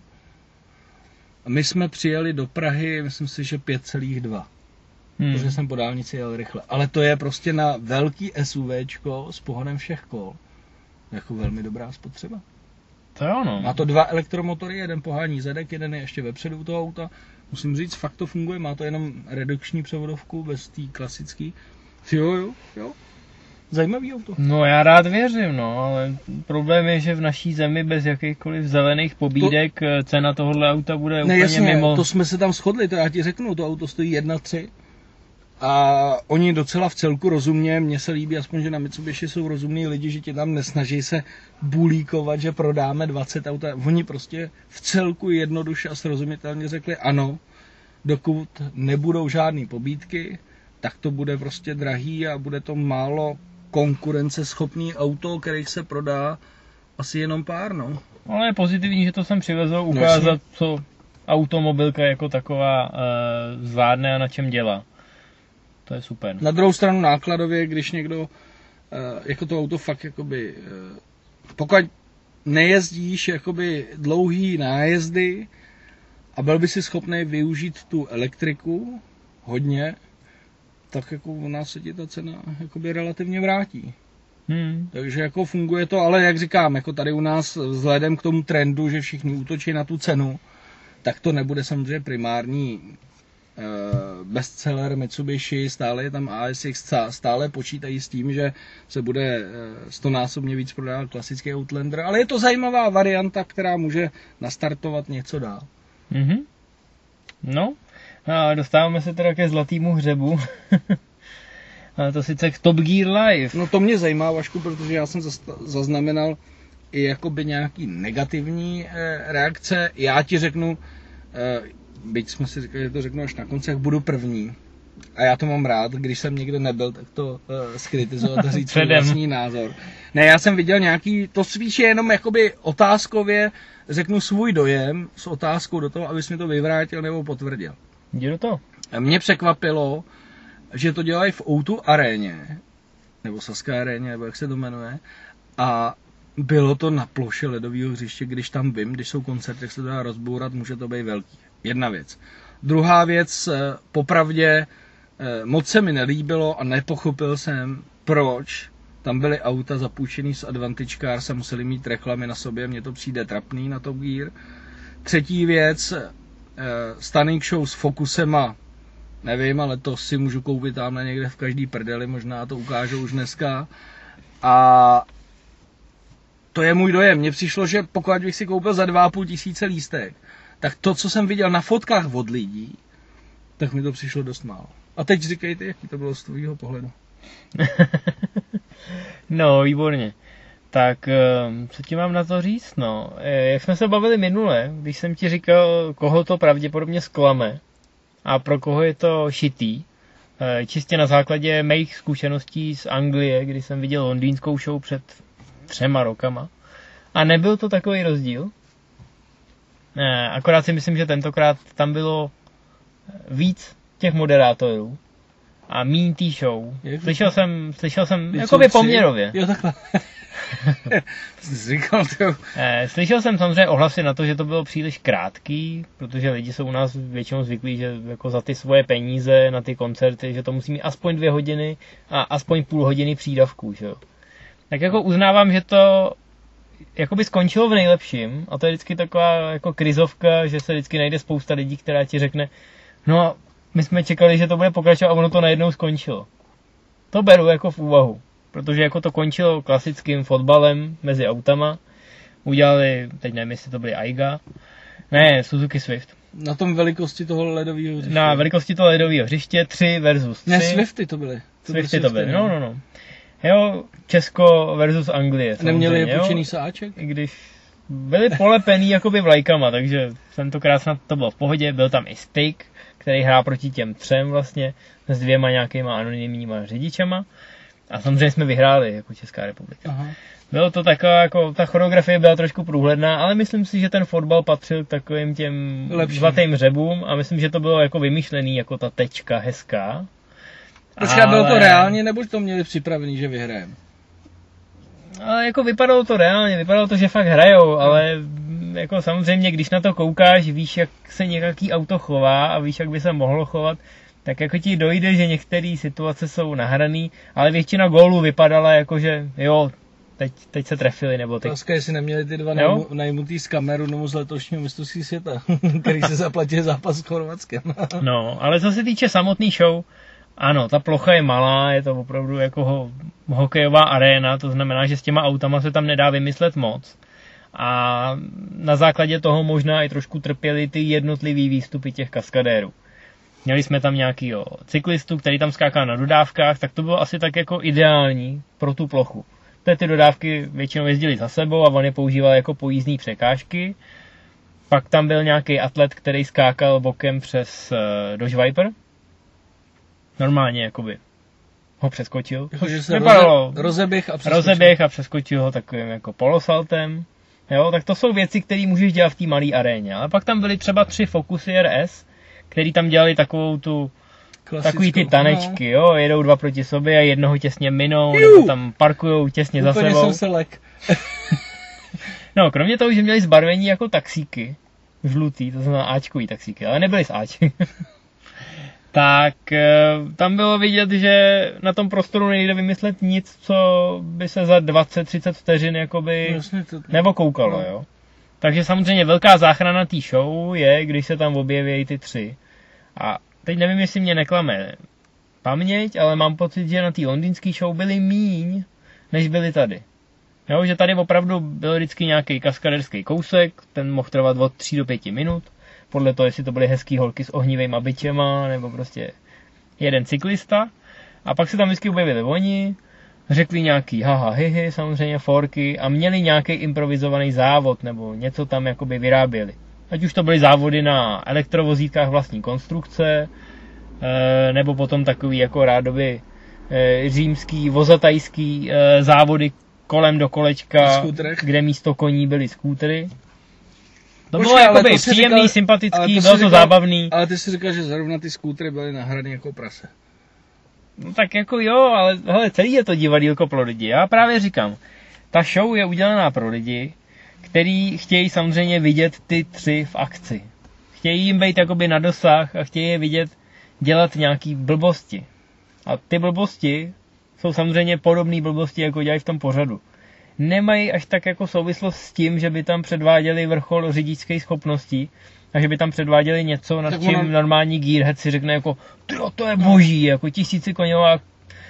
A my jsme přijeli do Prahy, myslím si, že 5,2. Protože jsem po dálnici jel rychle. Ale to je prostě na velký SUVčko s pohonem všech kol. Jako velmi dobrá spotřeba. To jo, no. Má to 2 elektromotory, jeden pohání zadek, jeden je ještě vepředu toho auta. Musím říct, fakt to funguje, má to jenom redukční převodovku, bez té klasický. Jo. Zajímavý auto. No já věřím, no, ale problém je, že v naší zemi bez jakýchkoliv zelených pobídek cena tohohle auta bude úplně jasně, mimo. To jsme se tam shodli, to já ti řeknu, to auto stojí 1,3. A oni docela v celku rozumně, mně se líbí aspoň, že na Mitsubishi jsou rozumní lidi, že ti tam nesnaží se bulíkovat, že prodáme 20 aut. Oni prostě v celku jednoduše a srozumitelně řekli ano, dokud nebudou žádný pobídky, tak to bude prostě drahý a bude to málo konkurenceschopný auto, kterých se prodá asi jenom pár, no. Ale je pozitivní, že to sem přivezou ukázat, co automobilka jako taková zvládne a na čem dělá. To je super. Na druhou stranu nákladově, když někdo jako to auto fakt jakoby, pokud nejezdíš jakoby dlouhý nájezdy a byl by si schopný využít tu elektriku hodně, tak jako u nás se ti ta cena jakoby relativně vrátí. Takže jako funguje to, ale jak říkám, jako tady u nás vzhledem k tomu trendu, že všichni útočí na tu cenu, tak to nebude samozřejmě primární bestseller Mitsubishi, stále je tam ASX, stále počítají s tím, že se bude 100násobně víc prodávat klasický Outlander, ale je to zajímavá varianta, která může nastartovat něco dál. No, a dostáváme se teda ke zlatýmu hřebu. A to sice k Top Gear Live. No to mě zajímá, Vašku, protože já jsem zaznamenal i jakoby nějaký negativní reakce. Já ti řeknu, byť jsme si říkali, že to řeknu až na konci, jak budu první. A já to mám rád, když jsem někde nebyl, tak to skritizovat a říct svůj vlastní názor. Ne, já jsem viděl nějaký, to spíš je jenom jakoby otázkově, řeknu svůj dojem s otázkou do toho, abys mi to vyvrátil nebo potvrdil. Jdi do toho. Mě překvapilo, že to dělají v O2 aréně, nebo Saská aréně, nebo jak se to jmenuje, a bylo to na ploše ledového hřiště, když tam vím, když jsou koncerty, jak se to dá rozbourat, může to být velký. Jedna věc. Druhá věc, popravdě, moc se mi nelíbilo a nepochopil jsem, proč tam byly auta zapůjčený z Advantage Cars a museli mít reklamy na sobě, mně to přijde trapný na Top Gear. Třetí věc, stunning show s Focusema, nevím, ale to si můžu koupit tamhle někde v každý prdeli, možná to ukážu už dneska. A to je můj dojem. Mně přišlo, že pokud bych si koupil za 2,5 000 lístek, tak to, co jsem viděl na fotkách od lidí, tak mi to přišlo dost málo. A teď říkejte, jaký to bylo z tvýho pohledu. No, výborně. Tak, co ti mám na to říct, no? Jak jsme se bavili minule, když jsem ti říkal, koho to pravděpodobně zklame a pro koho je to šitý, čistě na základě mých zkušeností z Anglie, kdy jsem viděl londýnskou show před 3 rokama. A nebyl to takový rozdíl. Akorát si myslím, že tentokrát tam bylo víc těch moderátorů a míň tý show. Slyšel jsem jakoby poměrově. Jo, takhle. Říkal to. Slyšel jsem samozřejmě ohlasy na to, že to bylo příliš krátký, protože lidi jsou u nás většinou zvyklí, že jako za ty svoje peníze na ty koncerty, že to musí mít aspoň 2 hodiny a aspoň půl hodiny přídavků, že jo. Tak jako uznávám, že to jakoby skončilo v nejlepším a to je vždycky taková jako krizovka, že se vždycky najde spousta lidí, která ti řekne, no a my jsme čekali, že to bude pokračovat a ono to najednou skončilo. To beru jako v úvahu, protože jako to končilo klasickým fotbalem mezi autama, udělali, teď nevím, jestli to byly Aiga, ne, Suzuki Swift. Na tom velikosti toho ledového hřiště. Na velikosti toho ledového hřiště 3 versus 3. Ne, Swifty to byly. Swifty to byly, no. Jo, Česko versus Anglie. Neměli je počinný sáček? I když byli polepený jakoby vlajkama, takže tentokrát snad to bylo v pohodě. Byl tam i Stick, který hrál proti těm 3 vlastně, s 2 nějakýma anonymníma řidičema. A samozřejmě jsme vyhráli jako Česká republika. Aha. Bylo to taková, jako ta choreografie byla trošku průhledná, ale myslím si, že ten fotbal patřil k takovým těm zlatým řebům a myslím, že to bylo jako vymyšlený, jako ta tečka hezká. Počkej, bylo to reálně, nebo to měli připravený, že vyhrajeme? Ale jako vypadalo to reálně, vypadalo to, že fakt hrajou, ale jako samozřejmě, když na to koukáš, víš, jak se nějaký auto chová a víš, jak by se mohlo chovat, tak jako ti dojde, že některé situace jsou nahraný, ale většina gólů vypadala jako, že jo, teď se trefili, nebo teď. Otázka, jestli neměli ty 2 najmutý z Kamerunu z letošního mistrovství světa, který se zaplatil zápas s Chorvatskem. No, ale co se týče samotný show, ano, ta plocha je malá, je to opravdu jako hokejová aréna, to znamená, že s těma autama se tam nedá vymyslet moc. A na základě toho možná i trošku trpěli ty jednotlivý výstupy těch kaskadérů. Měli jsme tam nějakýho cyklistu, který tam skákal na dodávkách, tak to bylo asi tak jako ideální pro tu plochu. Ty dodávky většinou jezdili za sebou a on je používal jako pojízdní překážky. Pak tam byl nějaký atlet, který skákal bokem přes Dodge Viper. Normálně jakoby ho přeskočil. Jakože se rozeběh a přeskočil ho takovým jako polosaltem. Jo, tak to jsou věci, které můžeš dělat v té malé aréně. Ale pak tam byly třeba 3 Focusy RS, který tam dělali takovou tu takový ty tanečky, jo, jedou 2 proti sobě a jednoho těsně minou, nebo tam parkujou těsně za sebou. Úplně jsem se lek. No, kromě toho, že měli zbarvení jako taxíky, žlutý, to znamená Ačkový taxíky, ale nebyly z Ačky. Tak tam bylo vidět, že na tom prostoru nejde vymyslet nic, co by se za 20-30 vteřin jakoby nebo koukalo, jo. Takže samozřejmě velká záchrana té show je, když se tam objeví ty 3. A teď nevím, jestli mě neklame paměť, ale mám pocit, že na té londýnské show byly míň, než byly tady. Jo, že tady opravdu byl vždycky nějaký kaskaderský kousek, ten mohl trvat od 3 do 5 minut, podle toho, jestli to byly hezký holky s ohnivejma bičema, nebo prostě jeden cyklista. A pak se tam vždycky objevili oni, řekli nějaký haha hihi, samozřejmě forky a měli nějaký improvizovaný závod, nebo něco tam jakoby vyráběli. Ať už to byly závody na elektrovozítkách vlastní konstrukce, nebo potom takový jako rádoby římský, vozatajský závody kolem do kolečka, kde místo koní byly skútry. To bylo jakoby příjemný, sympatický, bylo to zábavný. Ale ty si říkal, že zrovna ty skútry byly nahraný jako prase. No tak jako jo, ale hele, celý je to divadýlko pro lidi. Já právě říkám, ta show je udělaná pro lidi, který chtějí samozřejmě vidět ty 3 v akci. Chtějí jim být jakoby na dosah a chtějí je vidět, dělat nějaký blbosti. A ty blbosti jsou samozřejmě podobné blbosti, jako dělají v tom pořadu. Nemají až tak jako souvislost s tím, že by tam předváděli vrchol řidičských schopností a že by tam předváděli něco, nad čím normální gearhead si řekne jako to je boží, jako 1000 koňová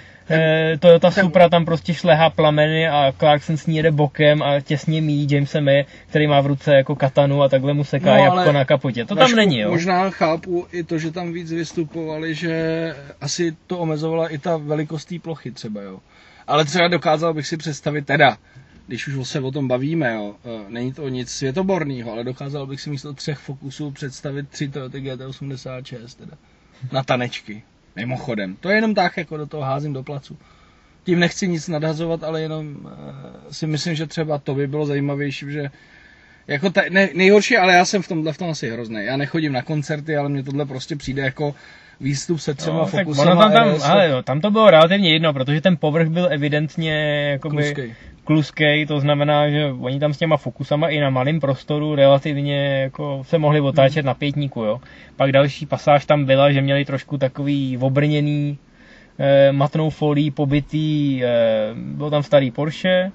Toyota Supra tam prostě šlehá plameny a Clarkson s ní jede bokem a těsně míjí Jamesa Maye, který má v ruce jako katanu a takhle mu seká jabko na kapotě. To tam není, jo. Možná chápu i to, že tam víc vystupovali, že asi to omezovala i ta velikost té plochy třeba, jo. Ale třeba dokázal bych si představit teda, když už se o tom bavíme, jo, není to nic světoborného, ale dokázal bych si místo 3 Focusů představit 3 Toyota GT86 teda, na tanečky. Mimochodem, to je jenom tak, jako do toho házím do placu. Tím nechci nic nadhazovat, ale jenom si myslím, že třeba to by bylo zajímavější, že jako nejhorší, ale já jsem v tom asi hrozný. Já nechodím na koncerty, ale mně tohle prostě přijde jako výstup se 3 Focusama. Tam to bylo relativně jedno, protože ten povrch byl evidentně jakoby kluskej, to znamená, že oni tam s těma Focusama i na malém prostoru relativně jako se mohli otáčet na pětníku, jo. Pak další pasáž tam byla, že měli trošku takový obrněný matnou folií pobytý, byl tam starý Porsche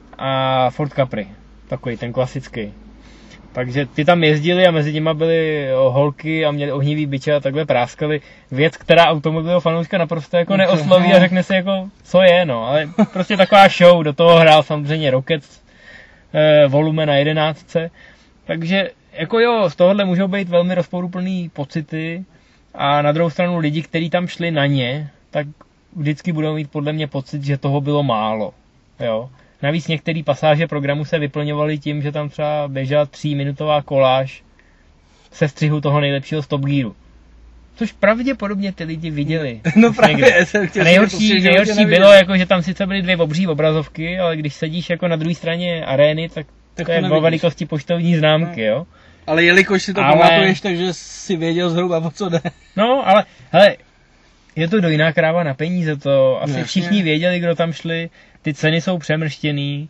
a Ford Capri, takový ten klasický. Takže ty tam jezdili a mezi nimi byly holky a měli ohnivý biče a takhle práskali. Věc, která automobilového fanouška naprosto jako neosloví a řekne si jako, co je, no. Ale prostě taková show, do toho hrál samozřejmě Rockets, volume na 11. Takže jako jo, z tohohle můžou být velmi rozporuplný pocity a na druhou stranu lidi, kteří tam šli na ně, tak vždycky budou mít podle mě pocit, že toho bylo málo, jo. Navíc některé pasáže programu se vyplňovaly tím, že tam třeba běžela 3minutová koláž se střihu toho nejlepšího z Top Gearu. Což pravděpodobně ty lidi viděli. No právě. A nejhorší bylo, jako, že tam sice byly 2 obří obrazovky, ale když sedíš jako na druhé straně arény, tak to je o velikosti poštovní známky, jo. Ale jelikož si to pamatuješ, takže si věděl zhruba, o co jde. No, ale hele, je to dojná kráva na peníze, to asi všichni věděli, kdo tam šli, ty ceny jsou přemrštěný,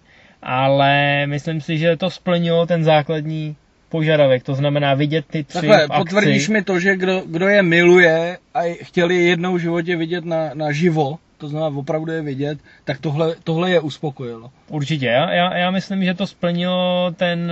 ale myslím si, že to splnilo ten základní požadavek, to znamená vidět ty 3 takhle, v akci. Potvrdíš mi to, že kdo je miluje a chtěli jednou v životě vidět na živo, to znamená opravdu je vidět, tak tohle je uspokojilo. Určitě, já myslím, že to splnilo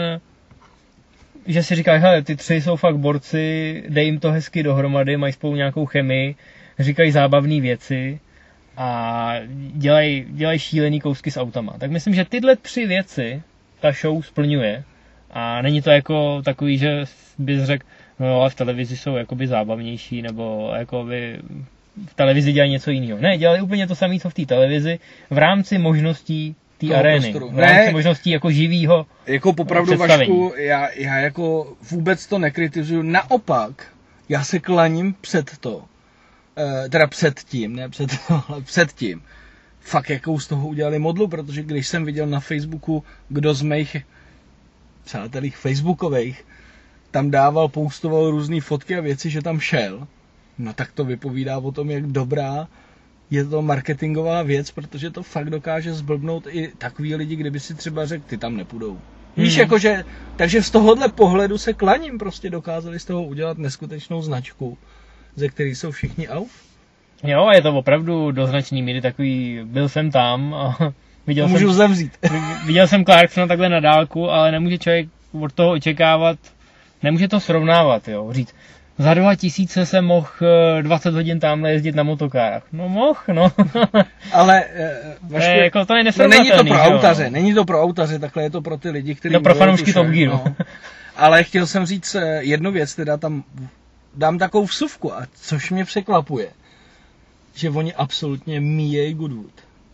že si říkáš, hele, ty 3 jsou fakt borci, dej jim to hezky dohromady, mají spolu nějakou chemii, říkají zábavné věci a dělají šílený kousky s autama. Tak myslím, že tyhle 3 věci ta show splňuje a není to jako takový, že bys řekl, no ale v televizi jsou jakoby zábavnější nebo jakoby v televizi dělají něco jiného. Ne, dělají úplně to samé, co v té televizi v rámci možností té arény. V rámci možností jako živýho jako popravdu, Vašku, já jako vůbec to nekritizuju. Naopak, já se klaním před to. Teda před tím. Fakt jakou z toho udělali modlu, protože když jsem viděl na Facebooku, kdo z mých přátelích facebookových tam postoval různý fotky a věci, že tam šel, no tak to vypovídá o tom, jak dobrá je to marketingová věc, protože to fakt dokáže zblbnout i takový lidi, kdyby si třeba řekl, ty tam nepůjdou. Víš, jakože, takže z tohohle pohledu se klaním, prostě dokázali z toho udělat neskutečnou značku, ze který jsou všichni auf. Jo, je to opravdu do značný míry takový, byl jsem tam a viděl jsem Clarksona takhle na dálku, ale nemůže člověk od toho očekávat, nemůže to srovnávat, jo, říct, za 2000 jsem mohl 20 hodin tamhle jezdit na motokárách. No mohl, no. Ale Vašku, jako to je nesrovnatelný. Není to pro autaře, takhle je to pro ty lidi, kteří... No pro fanoušky Top Gearu. No. Ale chtěl jsem říct jednu věc, teda tam dám takovou vsuvku, a což mě překvapuje, že oni absolutně míjejí Goodwood.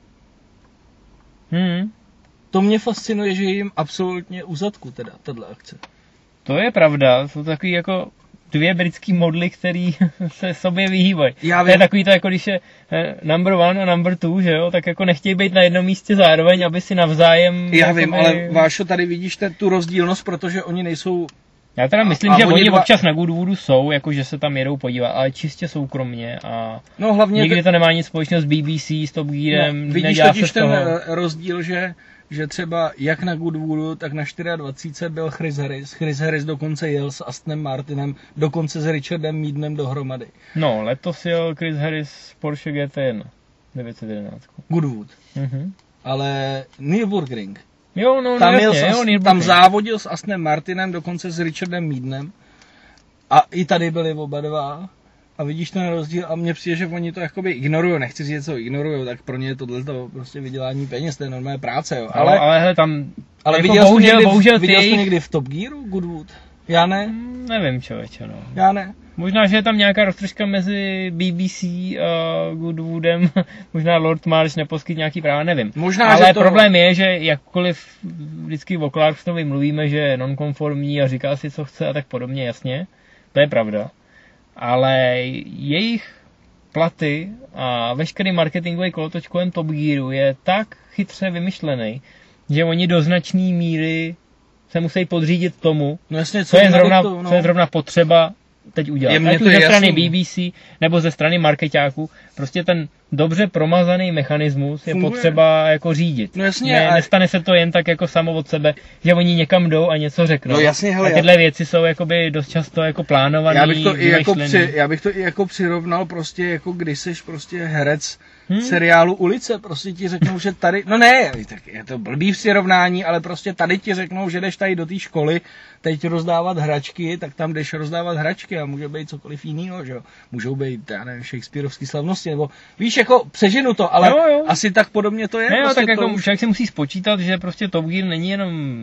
To mě fascinuje, že je jim absolutně u zadku teda, tato akce. To je pravda, jsou takový jako 2 britský modly, který se sobě vyhýbají. To je takový to, jako když je number 1 a number 2, že jo, tak jako nechtějí být na jednom místě zároveň, aby si navzájem... Já vím, ale Vášo, tady vidíš tu rozdílnost, protože oni nejsou... Já teda myslím, že oni občas na Goodwoodu jsou, jakože se tam jedou podívat, ale čistě soukromně a hlavně nikdy to nemá nic společného s BBC, s Top Gearem. No, vidíš totiž ten rozdíl, že že třeba jak na Goodwoodu, tak na 24 byl Chris Harris. Chris Harris dokonce jel s Astonem Martinem, dokonce s Richardem Meadenem dohromady. No, letos jel Chris Harris Porsche GT1 911. Goodwood. Ale Nürburgring. Jo, no, tam, jasně, tam závodil s Astonem Martinem, dokonce s Richardem Meadenem. A i tady byli oba dva. A vidíš ten rozdíl a mně přijde, že oni to jakoby ignorují, nechci říct, co ignorují, tak pro ně je tohleto prostě vydělání peněz, to je normální práce, jo. Ale hele, tam, ale jako viděl jsi někdy v Top Gearu Goodwood? Já ne. Nevím, člověče, no. Já ne. Možná, že je tam nějaká roztržka mezi BBC a Goodwoodem, možná Lord March neposkyt nějaký práva, nevím. Možná, ale že to... problém je, že jakkoliv vždycky o Clarksonovi mluvíme, že je nonkonformní a říká si, co chce a tak podobně, jasně, to je pravda. Ale jejich platy a veškerý marketingový kolotoč kolem Top Gearu je tak chytře vymyšlený, že oni do značné míry se musí podřídit tomu, no jasně, co je zrovna potřeba teď udělat. Ať už ze strany BBC nebo ze strany markeťáků, prostě ten dobře promazaný mechanismus je potřeba jako řídit. No jasně, nestane se to jen tak jako samo od sebe, že oni někam jdou a něco řeknou. No jasně, hele, a tyhle věci jsou jakoby dost často jako plánovaný, já bych to i jako přirovnal prostě jako když seš prostě herec seriálu Ulice, prostě ti řeknou, že tady, no ne, tak je to blbý přirovnání, ale prostě tady ti řeknou, že jdeš tady do té školy teď rozdávat hračky, tak tam jdeš rozdávat hračky a může být cokoliv jiného, že jo. Můžou být, já nevím, Shakespeareovský slavnosti, nebo víš, jako přeženu to, ale jo. Asi tak podobně to je. Ne, prostě tak to... jako člověk si musí spočítat, že prostě Top Gear není jenom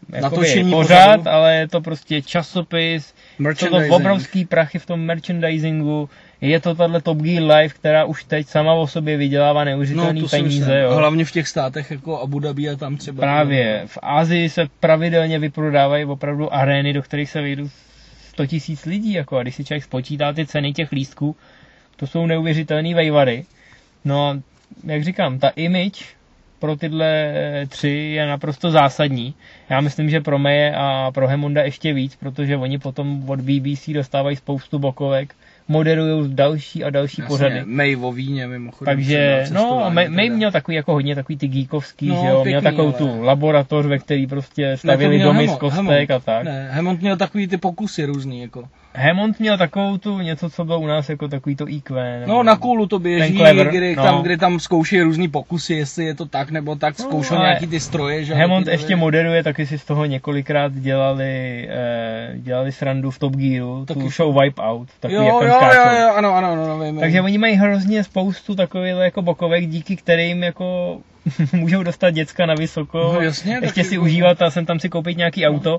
pořád, ale je to prostě časopis, jsou to obrovský prachy v tom merchandisingu, je to tahle Top Gear Live, která už teď sama o sobě vydělává neuvěřitelný peníze. Jo. Hlavně v těch státech jako Abu Dhabi a tam třeba. Právě, v Asii se pravidelně vyprodávají opravdu arény, do kterých se vyjdou 100 000 lidí, jako, a když si člověk spočítá ty ceny těch lístků, to jsou neuvěřitelný vejvary. No a jak říkám, ta image pro tyhle tři je naprosto zásadní. Já myslím, že pro Maye a pro Hammonda ještě víc, protože oni potom od BBC dostávají spoustu bokovek, moderují další a další pořady. May o víně mimochodem. Takže, no, May měl takový jako hodně takový ty geekovský, že jo, měl takovou tu laboratoř, ve který prostě stavili domy z kostek a tak. Ne, Hammond měl takový ty pokusy různý, jako. Hammond měl takovou tu, něco, co bylo u nás jako takový to IQ. No, na Koolu to běží, kdy tam zkouší různý pokusy, jestli je to tak nebo tak, zkoušou nějaký ty stroje. Že Hammond ještě moderuje, taky si z toho několikrát dělali srandu v Top Gearu, tu show Wipeout, takový jo, ano, vím. Takže oni mají hrozně spoustu takových jako bokovek, díky kterým jako můžou dostat děcka na vysoko, no, jasně, ještě si užívat a sem tam si koupit nějaký auto.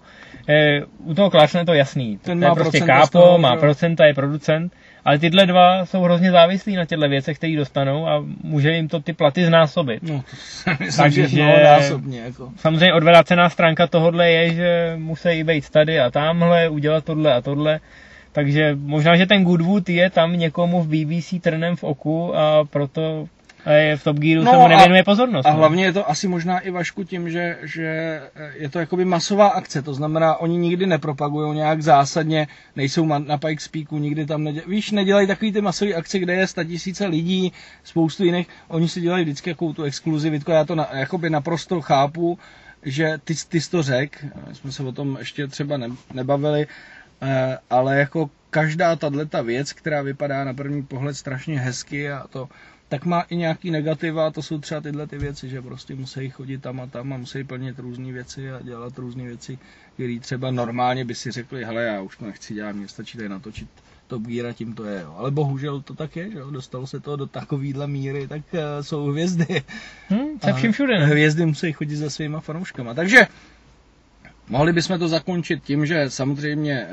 U toho Clarksona je to jasný. Ten to je prostě kápo, má procenta, je producent, ale tyhle dva jsou hrozně závislí na těchto věcech, které dostanou a může jim to ty platy znásobit. No, myslím, že násobně. Jako. Samozřejmě odvrácená stránka tohodle je, že musí být tady a tamhle, udělat tohle a tohle. Takže možná, že ten Goodwood je tam někomu v BBC trnem v oku a proto v Top Gearu se mu nevěnuje pozornost. A hlavně je to asi možná i, Vašku, tím, že je to jakoby masová akce, to znamená, oni nikdy nepropagují nějak zásadně, nejsou na Pikes Peaku, nikdy tam nedělají takový ty masové akce, kde je 100 000 lidí, spoustu jiných, oni si dělají vždycky jakou tu exkluzivitku, já to jakoby naprosto chápu, že ty jsi to řekl, jsme se o tom ještě třeba nebavili, ale jako každá tato věc, která vypadá na první pohled strašně hezky a to, tak má i nějaký negativa, to jsou třeba tyhle ty věci, že prostě musí chodit tam a musí plnit různé věci a dělat různé věci, které třeba normálně by si řekli, hele, já už to nechci dělat, mě stačí tady natočit Top Gear a tím to je, jo. Ale bohužel to tak je, že jo, dostalo se to do takovýhle míry, tak jsou hvězdy. Se vším všude, ne? Hvězdy musí chodit za svýma fanouškama, takže mohli bychom to zakončit tím, že samozřejmě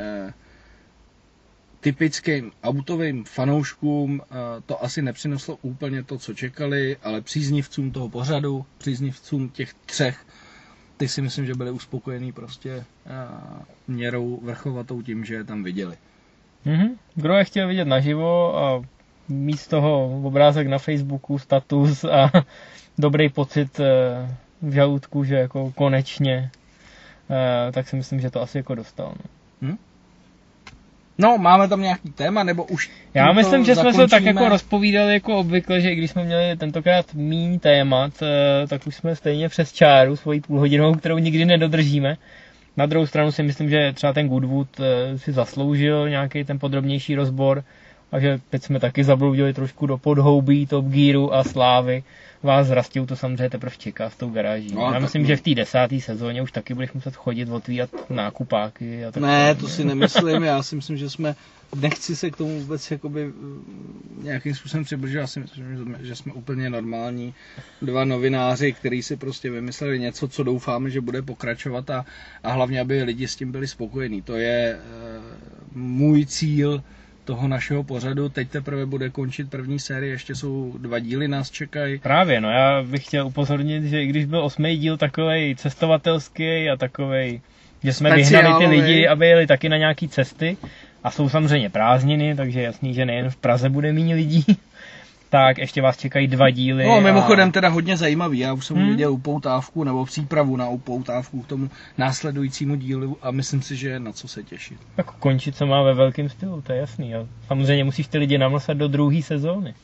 typickým autovým fanouškům to asi nepřineslo úplně to, co čekali, ale příznivcům toho pořadu, příznivcům těch třech, ty si myslím, že byli uspokojení prostě měrou vrchovatou tím, že je tam viděli. Kdo je chtěl vidět naživo a mít z toho obrázek na Facebooku, status a dobrý pocit v žaludku, že jako konečně, tak si myslím, že to asi jako dostal. No. No, máme tam nějaký téma, nebo už Já myslím, že jsme se tak zakončíme? jako rozpovídali jako obvykle, že i když jsme měli tentokrát míň témat, tak už jsme stejně přes čáru svojí půlhodinovou, kterou nikdy nedodržíme. Na druhou stranu si myslím, že třeba ten Goodwood si zasloužil nějaký ten podrobnější rozbor, a že teď jsme taky zabloudili trošku do podhoubí Top Gearu a Slávy. Vás s Rastou to samozřejmě teprve čeká s tou garáží. No, Já myslím, že v té 10. sezóně už taky budeš muset chodit otvírat nákupáky. A tak Ne, to si nemyslím, já si myslím, že nechci se k tomu vůbec jakoby nějakým způsobem přibližit, já si myslím, že jsme úplně normální dva novináři, kteří si prostě vymysleli něco, co doufáme, že bude pokračovat a hlavně, aby lidi s tím byli spokojení. To je můj cíl toho našeho pořadu. Teď teprve bude končit první série, ještě jsou 2 díly, nás čekají. Právě, no já bych chtěl upozornit, že i když byl 8. díl takovej cestovatelský a takovej, že jsme vyhnali ty lidi, aby jeli taky na nějaký cesty a jsou samozřejmě prázdniny, takže jasný, že nejen v Praze bude méně lidí, tak ještě vás čekají 2 díly. No, mimochodem teda hodně zajímavý, já už jsem viděl upoutávku nebo přípravu na upoutávku k tomu následujícímu dílu a myslím si, že je na co se těšit. Tak končit se má ve velkém stylu, to je jasný. A samozřejmě musíš ty lidi namlsat do 2. sezóny.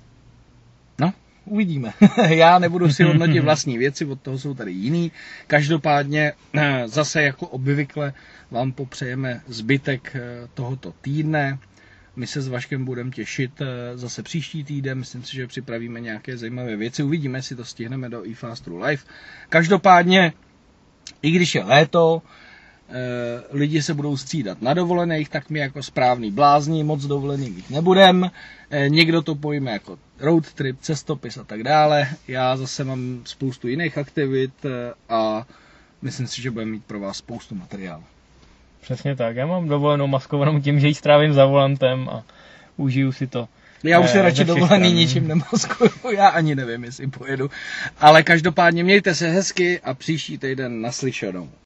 No, uvidíme. Já nebudu si hodnotit vlastní věci, od toho jsou tady jiný. Každopádně zase jako obvykle vám popřejeme zbytek tohoto týdne. My se s Vaškem budeme těšit zase příští týden. Myslím si, že připravíme nějaké zajímavé věci. Uvidíme, jestli to stihneme do eFastru Live. Každopádně, i když je léto, lidi se budou střídat na dovolených, tak my jako správný blázni moc dovolených mít nebudem. Někdo to pojme jako road trip, cestopis a tak dále. Já zase mám spoustu jiných aktivit a myslím si, že budeme mít pro vás spoustu materiálu. Přesně tak. Já mám dovolenou maskovanou tím, že ji strávím za volantem a užiju si to. Já už se radši dovolený ničím nemaskuju, já ani nevím, jestli pojedu. Ale každopádně mějte se hezky a příští týden naslyšenou.